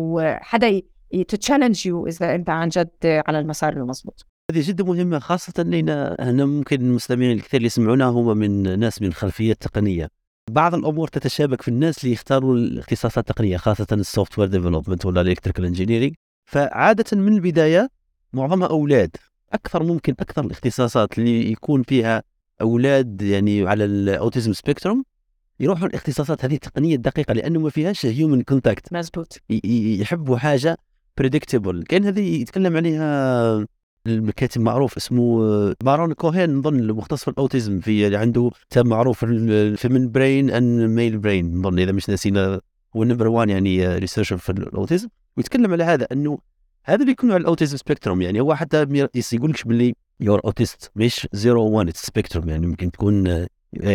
وحدا تتشالنج يو اذا انت عن جد على المسار المضبوط. هذه جدا مهمة، خاصة لنا هنا ممكن المستمعين الكثير اللي يسمعونا هم من ناس من خلفيات تقنية. بعض الأمور تتشابك في الناس اللي يختاروا الاختصاصات التقنية، خاصة السوفت وير ديفلوبمنت ولا الإلكتريكال انجينيرينج. فعادة من البداية معظمها أولاد. ممكن أكثر الاختصاصات اللي يكون فيها أولاد يعني على الأوتيزم سبيكتروم يروحوا الاختصاصات هذه التقنية الدقيقة، لأنه ما فيهاش هيومن كونتاكت. مزبوط. يحبوا حاجة predictable. كان هذه يتكلم عليها الكاتب معروف اسمه مارون كوهين، نظن المختص في الاوتيزم، في عنده كتاب معروف فيمن برين ان ميل برين، نظن اذا مش ناسينا، هو نمبر 1 يعني ريسيرشر في الاوتيزم، ويتكلم على هذا انه هذا اللي يكون على الاوتيزم سبيكتروم. يعني هو حتى يقول لك باللي يور اوتيست مش 0 1 سبيكتروم، يعني ممكن تكون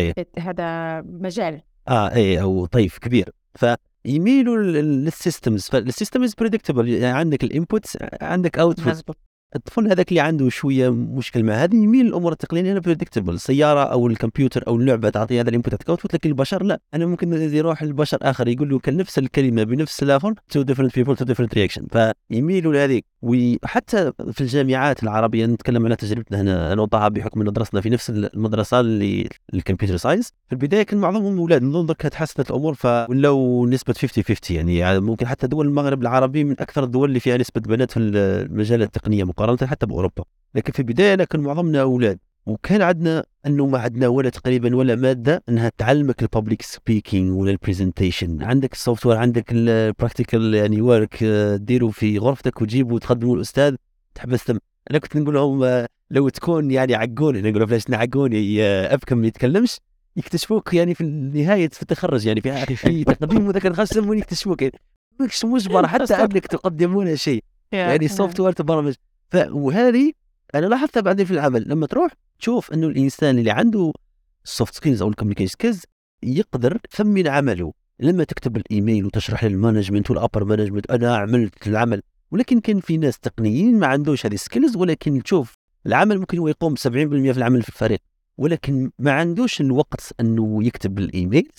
هذا مجال او طيف كبير. فيميلوا للسيستمز، فالسيستم از بريدكتبل، يعني عندك الانبوتس عندك اوتبوت. الطفل هذاك اللي عنده شويه مشكل مع هذه يميل الامور التقنيه هنا بريدكتبل، السياره او الكمبيوتر او اللعبه تعطي هذا الانبوت تعطيك اوتبوت. لكن البشر لا، انا ممكن يروح البشر اخر يقول له كنفس الكلمه بنفس اللافظ تو ديفرنت بيبل تو ديفرنت رياكشن، فيميلوا لهذيك. وحتى في الجامعات العربيه نتكلم على تجربتنا هنا انا وطه، بحكم انه درسنا في نفس المدرسه اللي الكمبيوتر ساينس. في البدايه كان معظمهم اولاد، نظن ذلك تحسنت الامور فولوا نسبه 50-50. يعني ممكن حتى دول المغرب العربي من اكثر الدول اللي فيها نسبه بنات في المجال التقنيه مقارنه حتى باوروبا. لكن في البدايه كان معظمنا اولاد، وكان عندنا انه ما عندنا ولا تقريبا ولا ماده انها تعلمك الببليك سبيكينج ولا البرزنتيشن. عندك السوفت وير، عندك البراكتيكال يعني ورك ديروا في غرفتك وتجيبوا وتقدموا الاستاذ تحبس. انا كنت نقول لهم لو تكون يعني عقوني، نقول فلاش نعقوني ابكم ما يتكلمش، يكتشفوك يعني في النهايه في التخرج، يعني في تقديم مذكر خاص يكتشفوك، يعني مش مجبر حتى انك تقدمون شيء يعني سوفت وير تبرمج. وهذه انا لاحظتها بعدين في العمل، لما تروح تشوف انه الانسان اللي عنده السوفت سكيلز او الكوميونيكيشن سكيلز يقدر يثمن عمله. لما تكتب الايميل وتشرح للمانجمنت والابر مانجمنت انا عملت العمل، ولكن كان في ناس تقنيين ما عندوش هذه السكيلز، ولكن تشوف العمل ممكن هو يقوم 70% في العمل في الفريق، ولكن ما عندوش الوقت انه يكتب الايميلز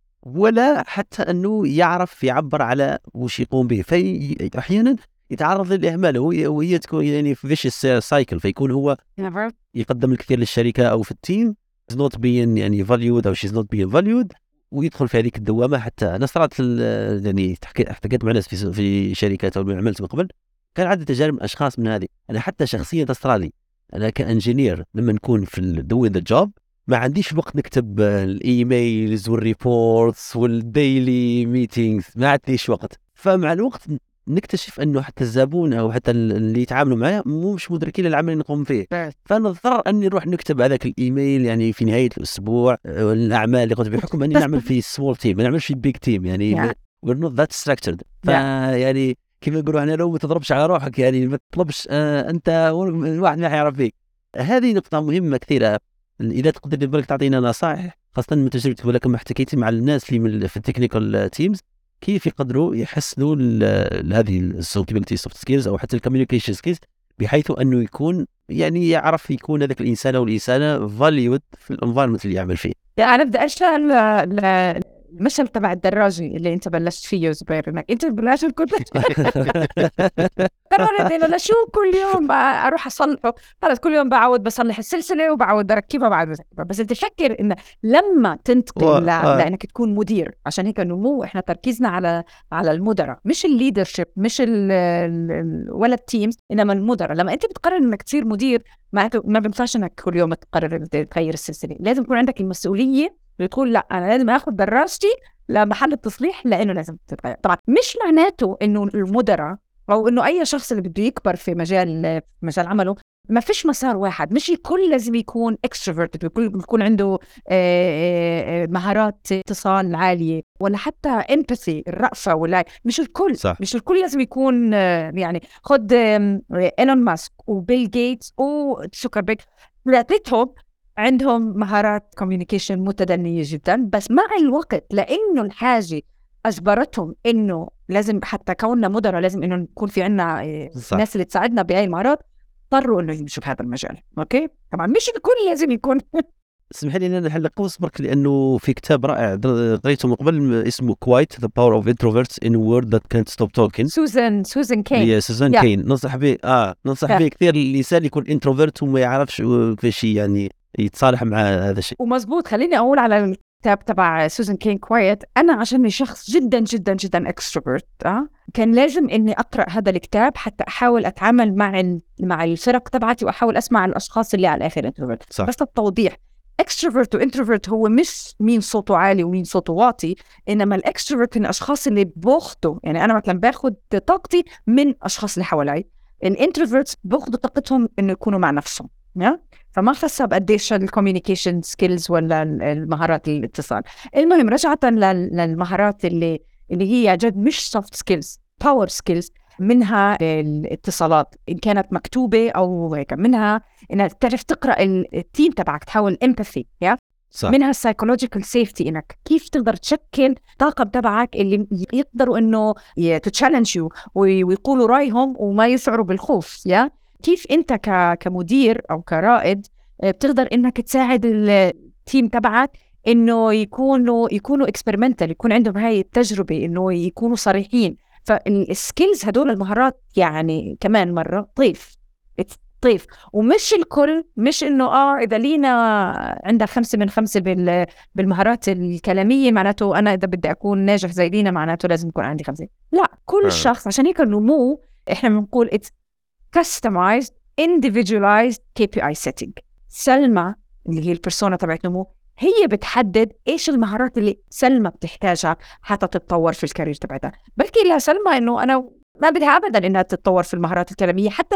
ولا حتى انه يعرف يعبر على وش يقوم به. فاحيانا يتعرض للاهمال وهي تكون يعني في فيش سايكل، فيكون هو يقدم الكثير للشركه او في التيم is not being يعني valued او she's not being valued، ويدخل في هذيك الدوامه. حتى انا صارت يعني احتكيت مع ناس في شركات او عملت من قبل، كان عندي تجارب اشخاص من هذه. انا حتى شخصيا استرالي، انا كانجينير لما نكون في doing the job ما عنديش وقت نكتب الايميلز والريبورتس والديلي ميتينجز، ما عنديش وقت. فمع الوقت نكتشف انه حتى الزبون او حتى اللي يتعاملوا معايا مش مدركين العمل اللي نقوم فيه، فنضطر اني نروح نكتب هذاك الايميل يعني في نهايه الاسبوع الاعمال اللي قمت بحكم اني نعمل في سمول تيم، ما نعملش في بيج تيم، يعني we're not that structured. يعني كيف يقولوا انا لو ما تضربش على روحك، يعني ما تطلبش انت الواحد ما يعرف فيك. هذه نقطه مهمه كثيره. اذا تقدر بالك تعطينا نصائح خاصة من تجربتك، ولكن ما احتكيتي مع الناس اللي في التكنيكال تيمز كيف يقدروا يحسنوا هذه السوفت سكيلز أو حتى الكوميونيكيشن سكيلز، بحيث أنه يكون يعني يعرف يكون هذاك الإنسان أو الإنسانة فاليود في الانفايرمنت اللي يعمل فيه. يعني أنا بدي أشرح المثل تبع الدراجة اللي أنت بلشت فيه زبير، إنك أنت بلشت كنت قررت إنه لشو كل يوم أروح أصلحه، خلص كل يوم بعود بصلح السلسلة وبعود أركبها بعود. بس أنت فكر إن لما تنتقل لأنك تكون مدير، عشان هيك النمو إحنا تركيزنا على المدراء، مش الليدرشيب، مش ولا التيمز، إنما المدراء. لما أنت بتقرر إنك تصير مدير ما بينفعش إنك كل يوم تقرر تغير السلسلة، لازم يكون عندك المسؤولية بتقول لا أنا لازم أخذ دراجتي لمحل التصليح لأنه لازم تتغير. طبعا مش معناته إنه المدراء أو إنه أي شخص اللي بده يكبر في مجال عمله ما فيش مسار واحد، مش الكل لازم يكون extroverted، يكون عنده مهارات اتصال عالية ولا حتى empathy الرأفة، ولا مش الكل صح. مش الكل لازم يكون يعني خد إيلون ماسك وبيل جيتس وزوكربيرج، ثلاثتهم عندهم مهارات كوميونيكيشن متدنية جدا، بس مع الوقت لأنه الحاجة أجبرتهم إنه لازم حتى كوننا مدراء لازم إنه نكون في عنا ناس اللي تساعدنا بهاي المهارات، اضطروا إنه يمشوا بهذا المجال. أوكي طبعا مش الكل لازم يكون اسمح لي أن نحل قوس برك، لأنه في كتاب رائع قريته من قبل اسمه Quiet The Power of Introverts in a World That Can't Stop Talking. سوزان كين. سوزان كين ننصح به ننصح به كثير الإنسان يكون انتروفيرت وما يعرفش كيفاش يعني يتصالح مع هذا الشيء. ومزبوط. خليني أقول على الكتاب تبع سوزان كين كوايت، أنا عشان شخص جدا جدا جدا اكستروفيرت كان لازم إني أقرأ هذا الكتاب حتى أحاول أتعامل مع الفرق تبعتي وأحاول أسمع الأشخاص اللي على الآخر انتروفيرت. بس التوضيح، اكستروفيرت وانتروفيرت هو مش مين صوته عالي ومين صوته واطي، إنما الاكستروفيرت من الأشخاص اللي بأخذوا، يعني أنا مثلا باخد طاقتي من أشخاص اللي حوالي. الانتروفيرت بأخذوا طاقتهم إنه يكونوا مع نفسهم، فما خاصة بقديش الكوميونيكيشن سكيلز ولا المهارات الاتصال. المهم رجعة للمهارات اللي هي جد مش سوفت سكيلز، باور سكيلز، منها الاتصالات إن كانت مكتوبة أو هيك، منها إنك تعرف تقرأ التيم تبعك، تحاول empathy صح. منها psychological safety، إنك كيف تقدر تشكل طاقم تبعك اللي يقدروا إنه تتشالنجوا ويقولوا رأيهم وما يشعروا بالخوف. كيف أنت كمدير أو كرائد بتقدر إنك تساعد التيم تبعك إنه يكونوا experimental، يكون عندهم هاي التجربة، إنه يكونوا صريحين. فالسكيلز هدول المهارات يعني كمان مرة طيف ومش الكل، مش إنه إذا لينا عندها 5 من 5 بالمهارات الكلامية معناته أنا إذا بدي أكون ناجح زي لينا معناته لازم يكون عندي 5. لا، كل شخص. عشان هيك النمو إحنا بنقول customized individualized KPI setting. سلمى اللي هي البرسونا تبعت نمو هي بتحدد إيش المهارات اللي سلمى بتحتاجها حتى تتطور في الكارير تبعتها. بلكي لا سلمى إنه أنا ما بدها أبدا إنها تتطور في المهارات الكلامية، حتى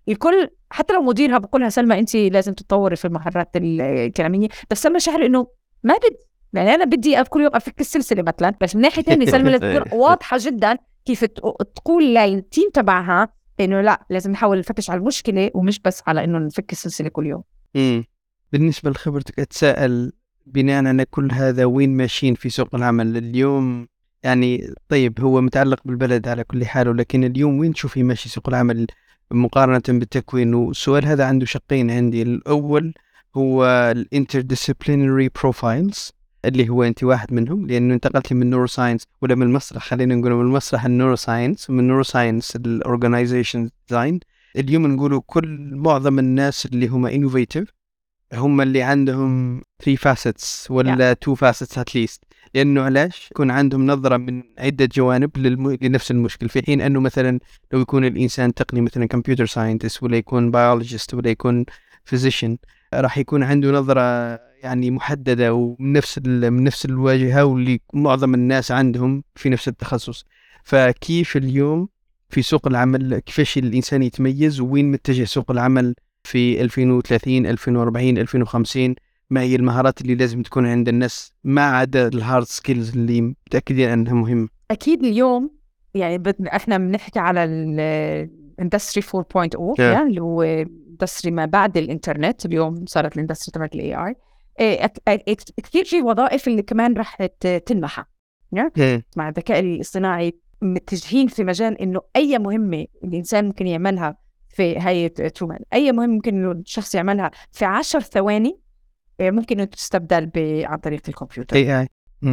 لو مديرها بقولها سلمى أنت لازم تتطوري في المهارات الكلامية، بس سلمى شعر إنه ما يعني أنا بدي كل يوم أفك السلسلة مثلا. بس من ناحية تانية سلمى تكون واضحة جدا كيف تقول للتيم تبعها إنه لا، لازم نحاول نفتش على المشكلة ومش بس على إنه نفك السلسلة كل يوم. بالنسبة لخبرتك أتساءل بناء على كل هذا، وين ماشيين في سوق العمل اليوم؟ يعني طيب هو متعلق بالبلد على كل حال، ولكن اليوم وين تشوفي ماشي سوق العمل مقارنة بالتكوين؟ والسؤال هذا عنده شقين عندي. الأول هو الانترديسيبلينري بروفايلز اللي هو أنت واحد منهم، لأنه انتقلتي من نوروساينس ولا من المسرح، خلينا نقول من المسرح النوروساينس ومن نوروساينس الأورجانيزيشن ديزاين. اليوم نقولوا معظم الناس اللي هم innovative هم اللي عندهم 3 facets ولا 2 facets at least، لأنه علاش يكون عندهم نظرة من عدة جوانب لنفس المشكل، في حين أنه مثلا لو يكون الإنسان تقني مثلا computer scientist ولا يكون biologist ولا يكون physician راح يكون عنده نظرة يعني محددة ومن نفس الواجهة واللي معظم الناس عندهم في نفس التخصص. فكيف اليوم في سوق العمل كيفاش الإنسان يتميز، وين متجه سوق العمل في 2030 2040 2050؟ ما هي المهارات اللي لازم تكون عند الناس ما عدا الهارد سكيلز اللي متأكدين أنها مهمة؟ أكيد اليوم يعني احنا بنحكي على الاندستري 4.0 اللي هو اندستري ما بعد الانترنت. اليوم صارت الاندستري تبعت الاي اي. كثير في وظائف اللي كمان راح تنمحى مع الذكاء الاصطناعي، متجهين في مجال إنه أي مهمة الإنسان ممكن يعملها في هاي ترومان، أي مهم ممكن إنه الشخص يعملها في 10 ثواني ممكن إنه تستبدل عن طريق الكمبيوتر. AI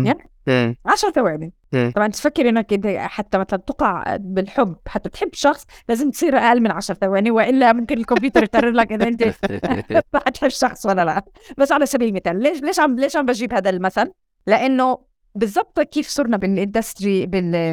10 ثواني. طبعا تفكر إنك إنت حتى مثلا تقع بالحب، حتى تحب شخص لازم تصير أقل من 10 ثواني، وإلا ممكن الكمبيوتر يقرر لك إذا أنت حتحب شخص ولا لا. بس على سبيل المثال، ليش عم بجيب هذا المثل؟ لأنه بالضبط كيف صرنا بالاندستري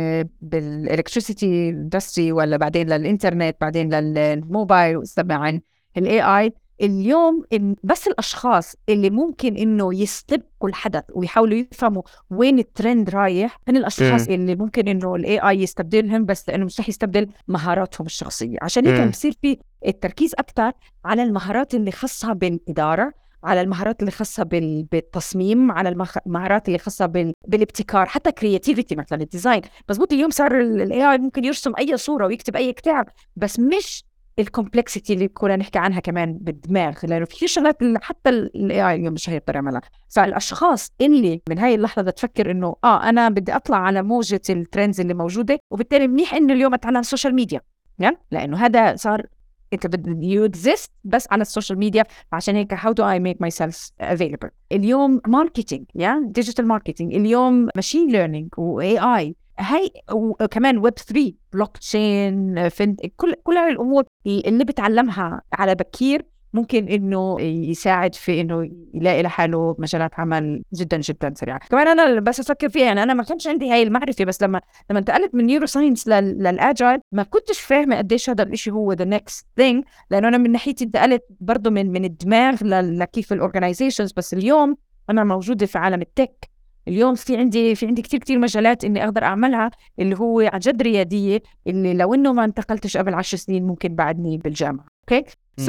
بالالكتريسيتي اندستري، ولا بعدين للإنترنت، بعدين للموبايل، وسمعا AI اليوم بس الأشخاص اللي ممكن إنه يستبقوا الحدث ويحاولوا يفهموا وين الترند رايح، هن الأشخاص اللي ممكن إنه AI يستبدلهم، بس لأنه مش رح يستبدل مهاراتهم الشخصية. عشان هيك بصير في التركيز أكتر على المهارات اللي خاصة بالإدارة، على المهارات اللي خاصة بالتصميم، على المهارات اللي خاصة بالابتكار، حتى كرياتيفيتي مثلا الديزاين. مزبوط، اليوم صار AI ممكن يرسم أي صورة ويكتب أي كتاب، بس مش الكومبلكسيتي اللي كنا نحكي عنها كمان بالدماغ، لأنه في شغلات حتى AI اليوم مش هيقدر يعملها. فالأشخاص اللي من هاي اللحظة تفكر إنه أنا بدي أطلع على موجة الترندز اللي موجودة، وبالتالي منيح إنه اليوم أتعلم السوشيال ميديا، يعني لأنه هذا صار انت you exist بس على السوشيال ميديا. عشان هيك how do I make myself available. اليوم ماركتينج، ديجيتال ماركتينج، اليوم ماشين ليرنينج و AI، هاي وكمان ويب 3، بلوك تشين، كل هاي الامور اللي بتعلمها على بكير ممكن انه يساعد في انه يلاقي لحاله مجالات عمل جدا جدا سريعه. كمان انا بس افكر فيها، يعني انا ما كانش عندي هاي المعرفه، بس لما انتقلت من نيورو ساينس للاجايل ما كنتش فاهمه قديش هذا الشيء هو the next thing، لانه انا من ناحيتي انتقلت برضه من الدماغ لكيف الاورجنايزيشنز. بس اليوم انا موجوده في عالم التك، اليوم في عندي كتير مجالات اني اقدر اعملها اللي هو عن جد رياديه، اللي لو انه ما انتقلتش قبل 10 سنين ممكن بعدني بالجامعه. اوكي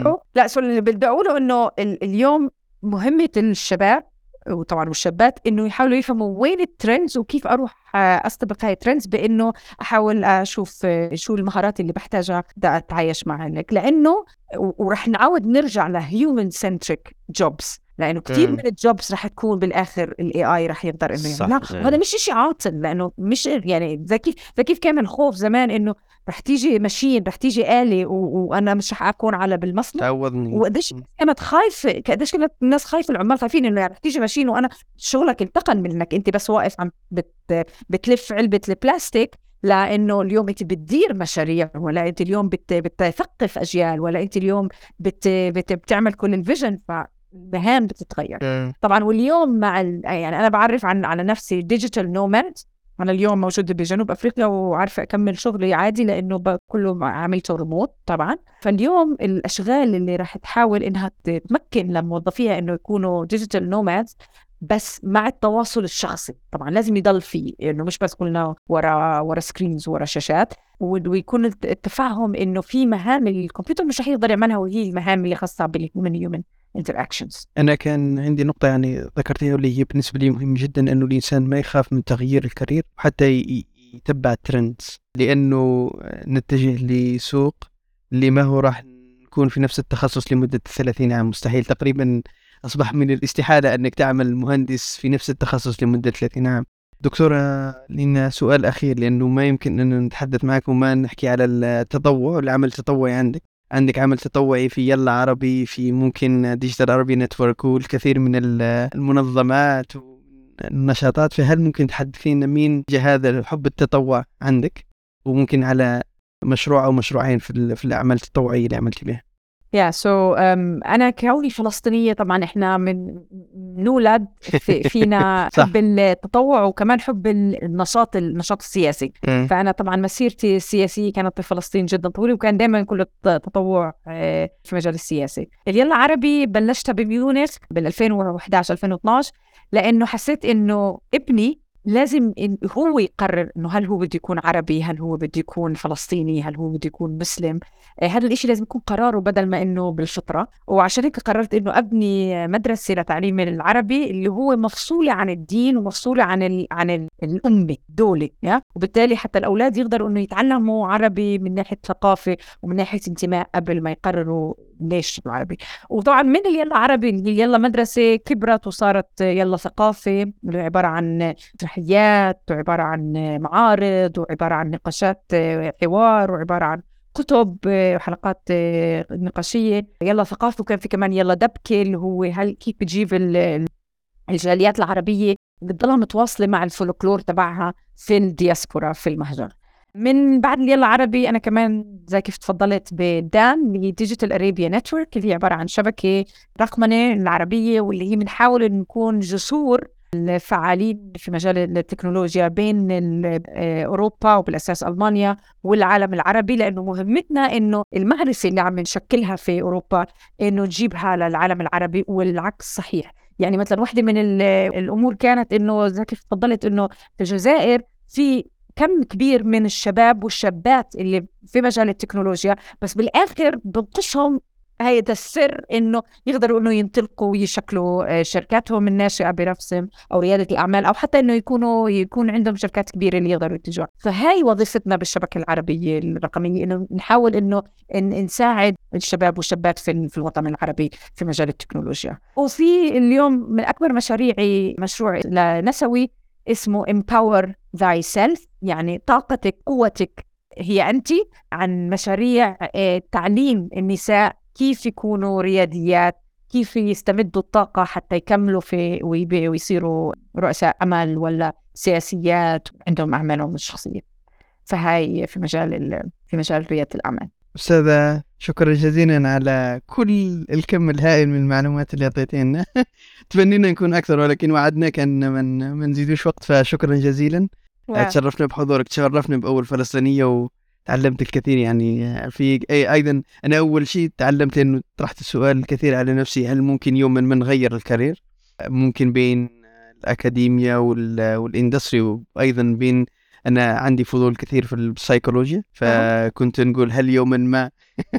سو اللي بدي اقوله انه اليوم مهمه الشباب وطبعا والشابات انه يحاولوا يفهموا وين الترندز وكيف اروح استبق هاي الترندز، بانه احاول اشوف شو المهارات اللي بحتاجها اتعايش معها، لانه ورح نعود نرجع لهيومن سنتريك جوبز، لانه كثير من الجوبز رح تكون بالاخر الاي اي رح يقدر انه يعملها. وهذا مش شيء عاطل، لانه مش يعني زي كيف كان الخوف زمان انه رح تيجي ماشين، رح تيجي آلة وانا مش رح اكون على بالمصنع تعوضني. وقديش كانت خايفه، قديش كانت الناس خايفه، العمال خايفين انه رح تيجي ماشين وانا شغلك انتقل منك، انت بس واقف عم بتلف علبه البلاستيك، لانه اليوم انت بتدير مشاريع، ولا انت اليوم بتثقف اجيال، ولا انت اليوم بتعمل كل الفيجن. فالمهام بتتغير طبعا. واليوم مع يعني انا بعرف على نفسي ديجيتال نوماد. أنا اليوم موجودة بجنوب أفريقيا وعارفة أكمل شغلي عادي، لأنه كله عملته ريموت طبعا. فاليوم الأشغال اللي راح تحاول إنها تمكن لموظفيها إنه يكونوا ديجيتال نومادز، بس مع التواصل الشخصي طبعا لازم يضل فيه، إنه مش بس كلنا ورا سكرينز ورا شاشات، ويكون التفاهم إنه في مهام الكمبيوتر مش رح يقدر يعملها، وهي المهام اللي خاصة بالهيومن interactions. أنا كان عندي نقطة يعني ذكرتها اللي هي بالنسبة لي مهم جدا، إنه الإنسان ما يخاف من تغيير الكارير وحتى يتبع الترندز، لأنه نتجه لسوق اللي ما هو راح نكون في نفس التخصص لمدة 30 عام. مستحيل، تقريبا أصبح من الاستحالة أنك تعمل مهندس في نفس التخصص لمدة 30 عام. دكتورة، لنا سؤال أخير، لأنه ما يمكن أن نتحدث معكم وما نحكي على التطوع، العمل التطوعي. عندك عمل تطوعي في يلا عربي، في ممكن ديجيتال عربي نتورك، والكثير من المنظمات والنشاطات. فهل ممكن تحدثين مين جاء هذا حب التطوع عندك، وممكن على مشروع أو مشروعين في الأعمال التطوعية اللي عملت بها؟ أنا كوني فلسطينية طبعا إحنا من نولد فينا حب التطوع، وكمان حب النشاط السياسي. فأنا طبعا مسيرتي السياسية كانت بفلسطين جدا طويلة، وكان دائما كل التطوع في مجال السياسي. اليلا عربي بلشتها بميونخ بال2011-2012، لأنه حسيت إنه ابني لازم هو يقرر إنه هل هو بده يكون عربي، هل هو بده يكون فلسطيني، هل هو بده يكون مسلم. هذا الإشي لازم يكون قراره بدل ما إنه بالفطرة. وعشان هيك قررت إنه أبني مدرسة لتعليم العربي اللي هو مفصولة عن الدين ومفصولة عن الأمة دولة، وبالتالي حتى الأولاد يقدروا إنه يتعلموا عربي من ناحية ثقافة ومن ناحية انتماء قبل ما يقرروا ليش العربي. وطبعا من يلا عربي اللي يلا مدرسة كبرت وصارت يلا ثقافة، اللي عبارة عن مسرحيات وعبارة عن معارض وعبارة عن نقاشات حوار وعبارة عن كتب وحلقات نقاشية. يلا ثقافة، وكان في كمان يلا دبكة اللي هو هل كيف بتجيب الجاليات العربية بتضلها متواصلة مع الفولكلور تبعها في الدياسبورا في المهجر. من بعد يلا عربي أنا كمان زي كيف تفضلت بدان اللي هي ديجيتال أرابيا نتورك، اللي هي عبارة عن شبكة رقمنة العربية، واللي هي بنحاول أن نكون جسور الفعالين في مجال التكنولوجيا بين أوروبا وبالأساس ألمانيا والعالم العربي، لأنه مهمتنا إنه المعرفة اللي عم نشكلها في أوروبا إنه نجيبها للعالم العربي، والعكس صحيح. يعني مثلا واحدة من الأمور كانت إنه زي كيف تفضلت إنه في الجزائر في كم كبير من الشباب والشابات اللي في مجال التكنولوجيا، بس بالآخر بنقصهم هيدا السر إنه يقدروا إنه ينطلقوا ويشكلوا شركاتهم الناشئة بنفسهم أو ريادة الأعمال، أو حتى إنه يكون عندهم شركات كبيرة اللي يقدروا يتجوا. فهاي وظيفتنا بالشبكة العربية الرقمية، إنه نحاول إنه نساعد الشباب والشابات في الوطن العربي في مجال التكنولوجيا. وفي اليوم من أكبر مشاريعي مشروع لنسوي اسمه Empower Thyself، يعني طاقتك قوتك هي أنت، عن مشاريع تعليم النساء كيف يكونوا رياديات، كيف يستمدوا الطاقة حتى يكملوا ويصيروا رؤساء أعمال ولا سياسيات عندهم أعمالهم الشخصية. فهاي في مجال ريادة الأعمال. أستاذة شكرا جزيلا على كل الكم الهائل من المعلومات اللي أعطيتينا. تمنينا نكون أكثر، ولكن وعدناك أن ما نزيدوش وقت، فشكرا جزيلا. تشرفنا بحضورك، تشرفنا بأول فلسطينية وتعلمت الكثير. يعني أيضا أنا أول شيء تعلمت أنه طرحت السؤال الكثير على نفسي، هل ممكن يوما ما نغير الكارير، ممكن بين الأكاديمية والإندستري، وأيضا بين أنا عندي فضول كثير في السيكولوجيا، فكنت نقول هل يوما ما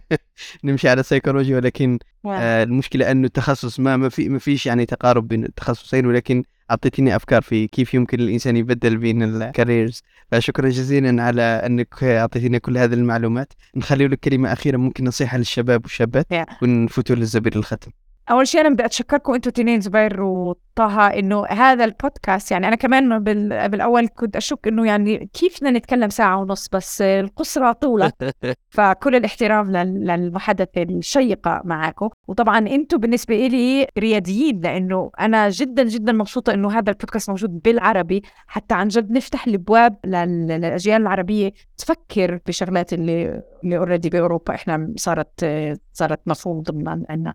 نمشي على السيكولوجيا، ولكن المشكلة أنه التخصص ما فيش يعني تقارب بين التخصصين، ولكن أعطيتني أفكار في كيف يمكن الإنسان يبدل بين الكاريرز. فشكرا جزيلا على أنك أعطيتينا كل هذه المعلومات. نخلي لك كلمة أخيرة، ممكن نصيحة للشباب والشابات ونفوتوا للزبير الختم. أول شيء أنا بدي أتشكركم أنتوا تنين زبير وطه إنه هذا البودكاست، يعني أنا كمان بالأول كنت أشك إنه يعني كيف بدنا نتكلم ساعة ونص، بس القصة طولة. فكل الاحترام للمحادثة الشيقة معاكم. وطبعا أنتوا بالنسبة إلي رياديين، لأنه أنا جدا جدا مبسوطة إنه هذا البودكاست موجود بالعربي، حتى عن جد نفتح الأبواب للأجيال العربية تفكر بشغلات اللي أوريدي بأوروبا إحنا صارت مفهوم ضمن عنا.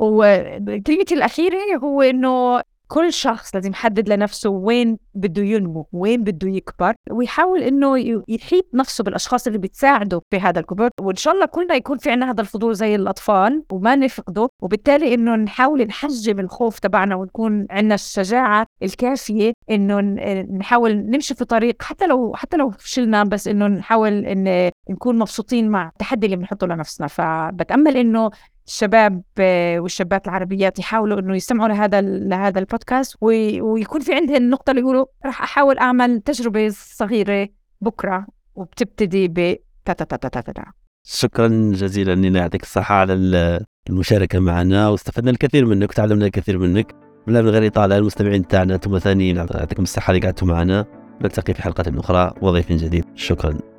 وكلمتي الأخيرة هو إنه كل شخص لازم يحدد لنفسه وين بده ينمو، وين بده يكبر، ويحاول إنه يحيط نفسه بالأشخاص اللي بتساعده في هذا الكبر. وإن شاء الله كلنا يكون في عنا هذا الفضول زي الأطفال وما نفقده، وبالتالي إنه نحاول نحجم الخوف تبعنا ونكون عنا الشجاعة الكافية إنه نحاول نمشي في طريق حتى لو فشلنا، بس إنه نحاول إن نكون مبسوطين مع التحدي اللي بنحطه لنفسنا. فبتأمل إنه الشباب والشابات العربيات يحاولوا إنه يستمعوا لهذا البودكاست، ويكون في عندهم النقطة اللي يقولوا راح أحاول أعمل تجربة صغيرة بكرة وبتبتدي ب شكرا جزيلا، إني يعطيك الصحة على المشاركة معنا، واستفدنا الكثير منك وتعلمنا الكثير منك. من غير إطالة المستمعين تاعنا ثم ثانيين، يعطيكم الصحة اللي قعدتوا معنا. نلتقي في حلقة أخرى وضيف جديد. شكرا.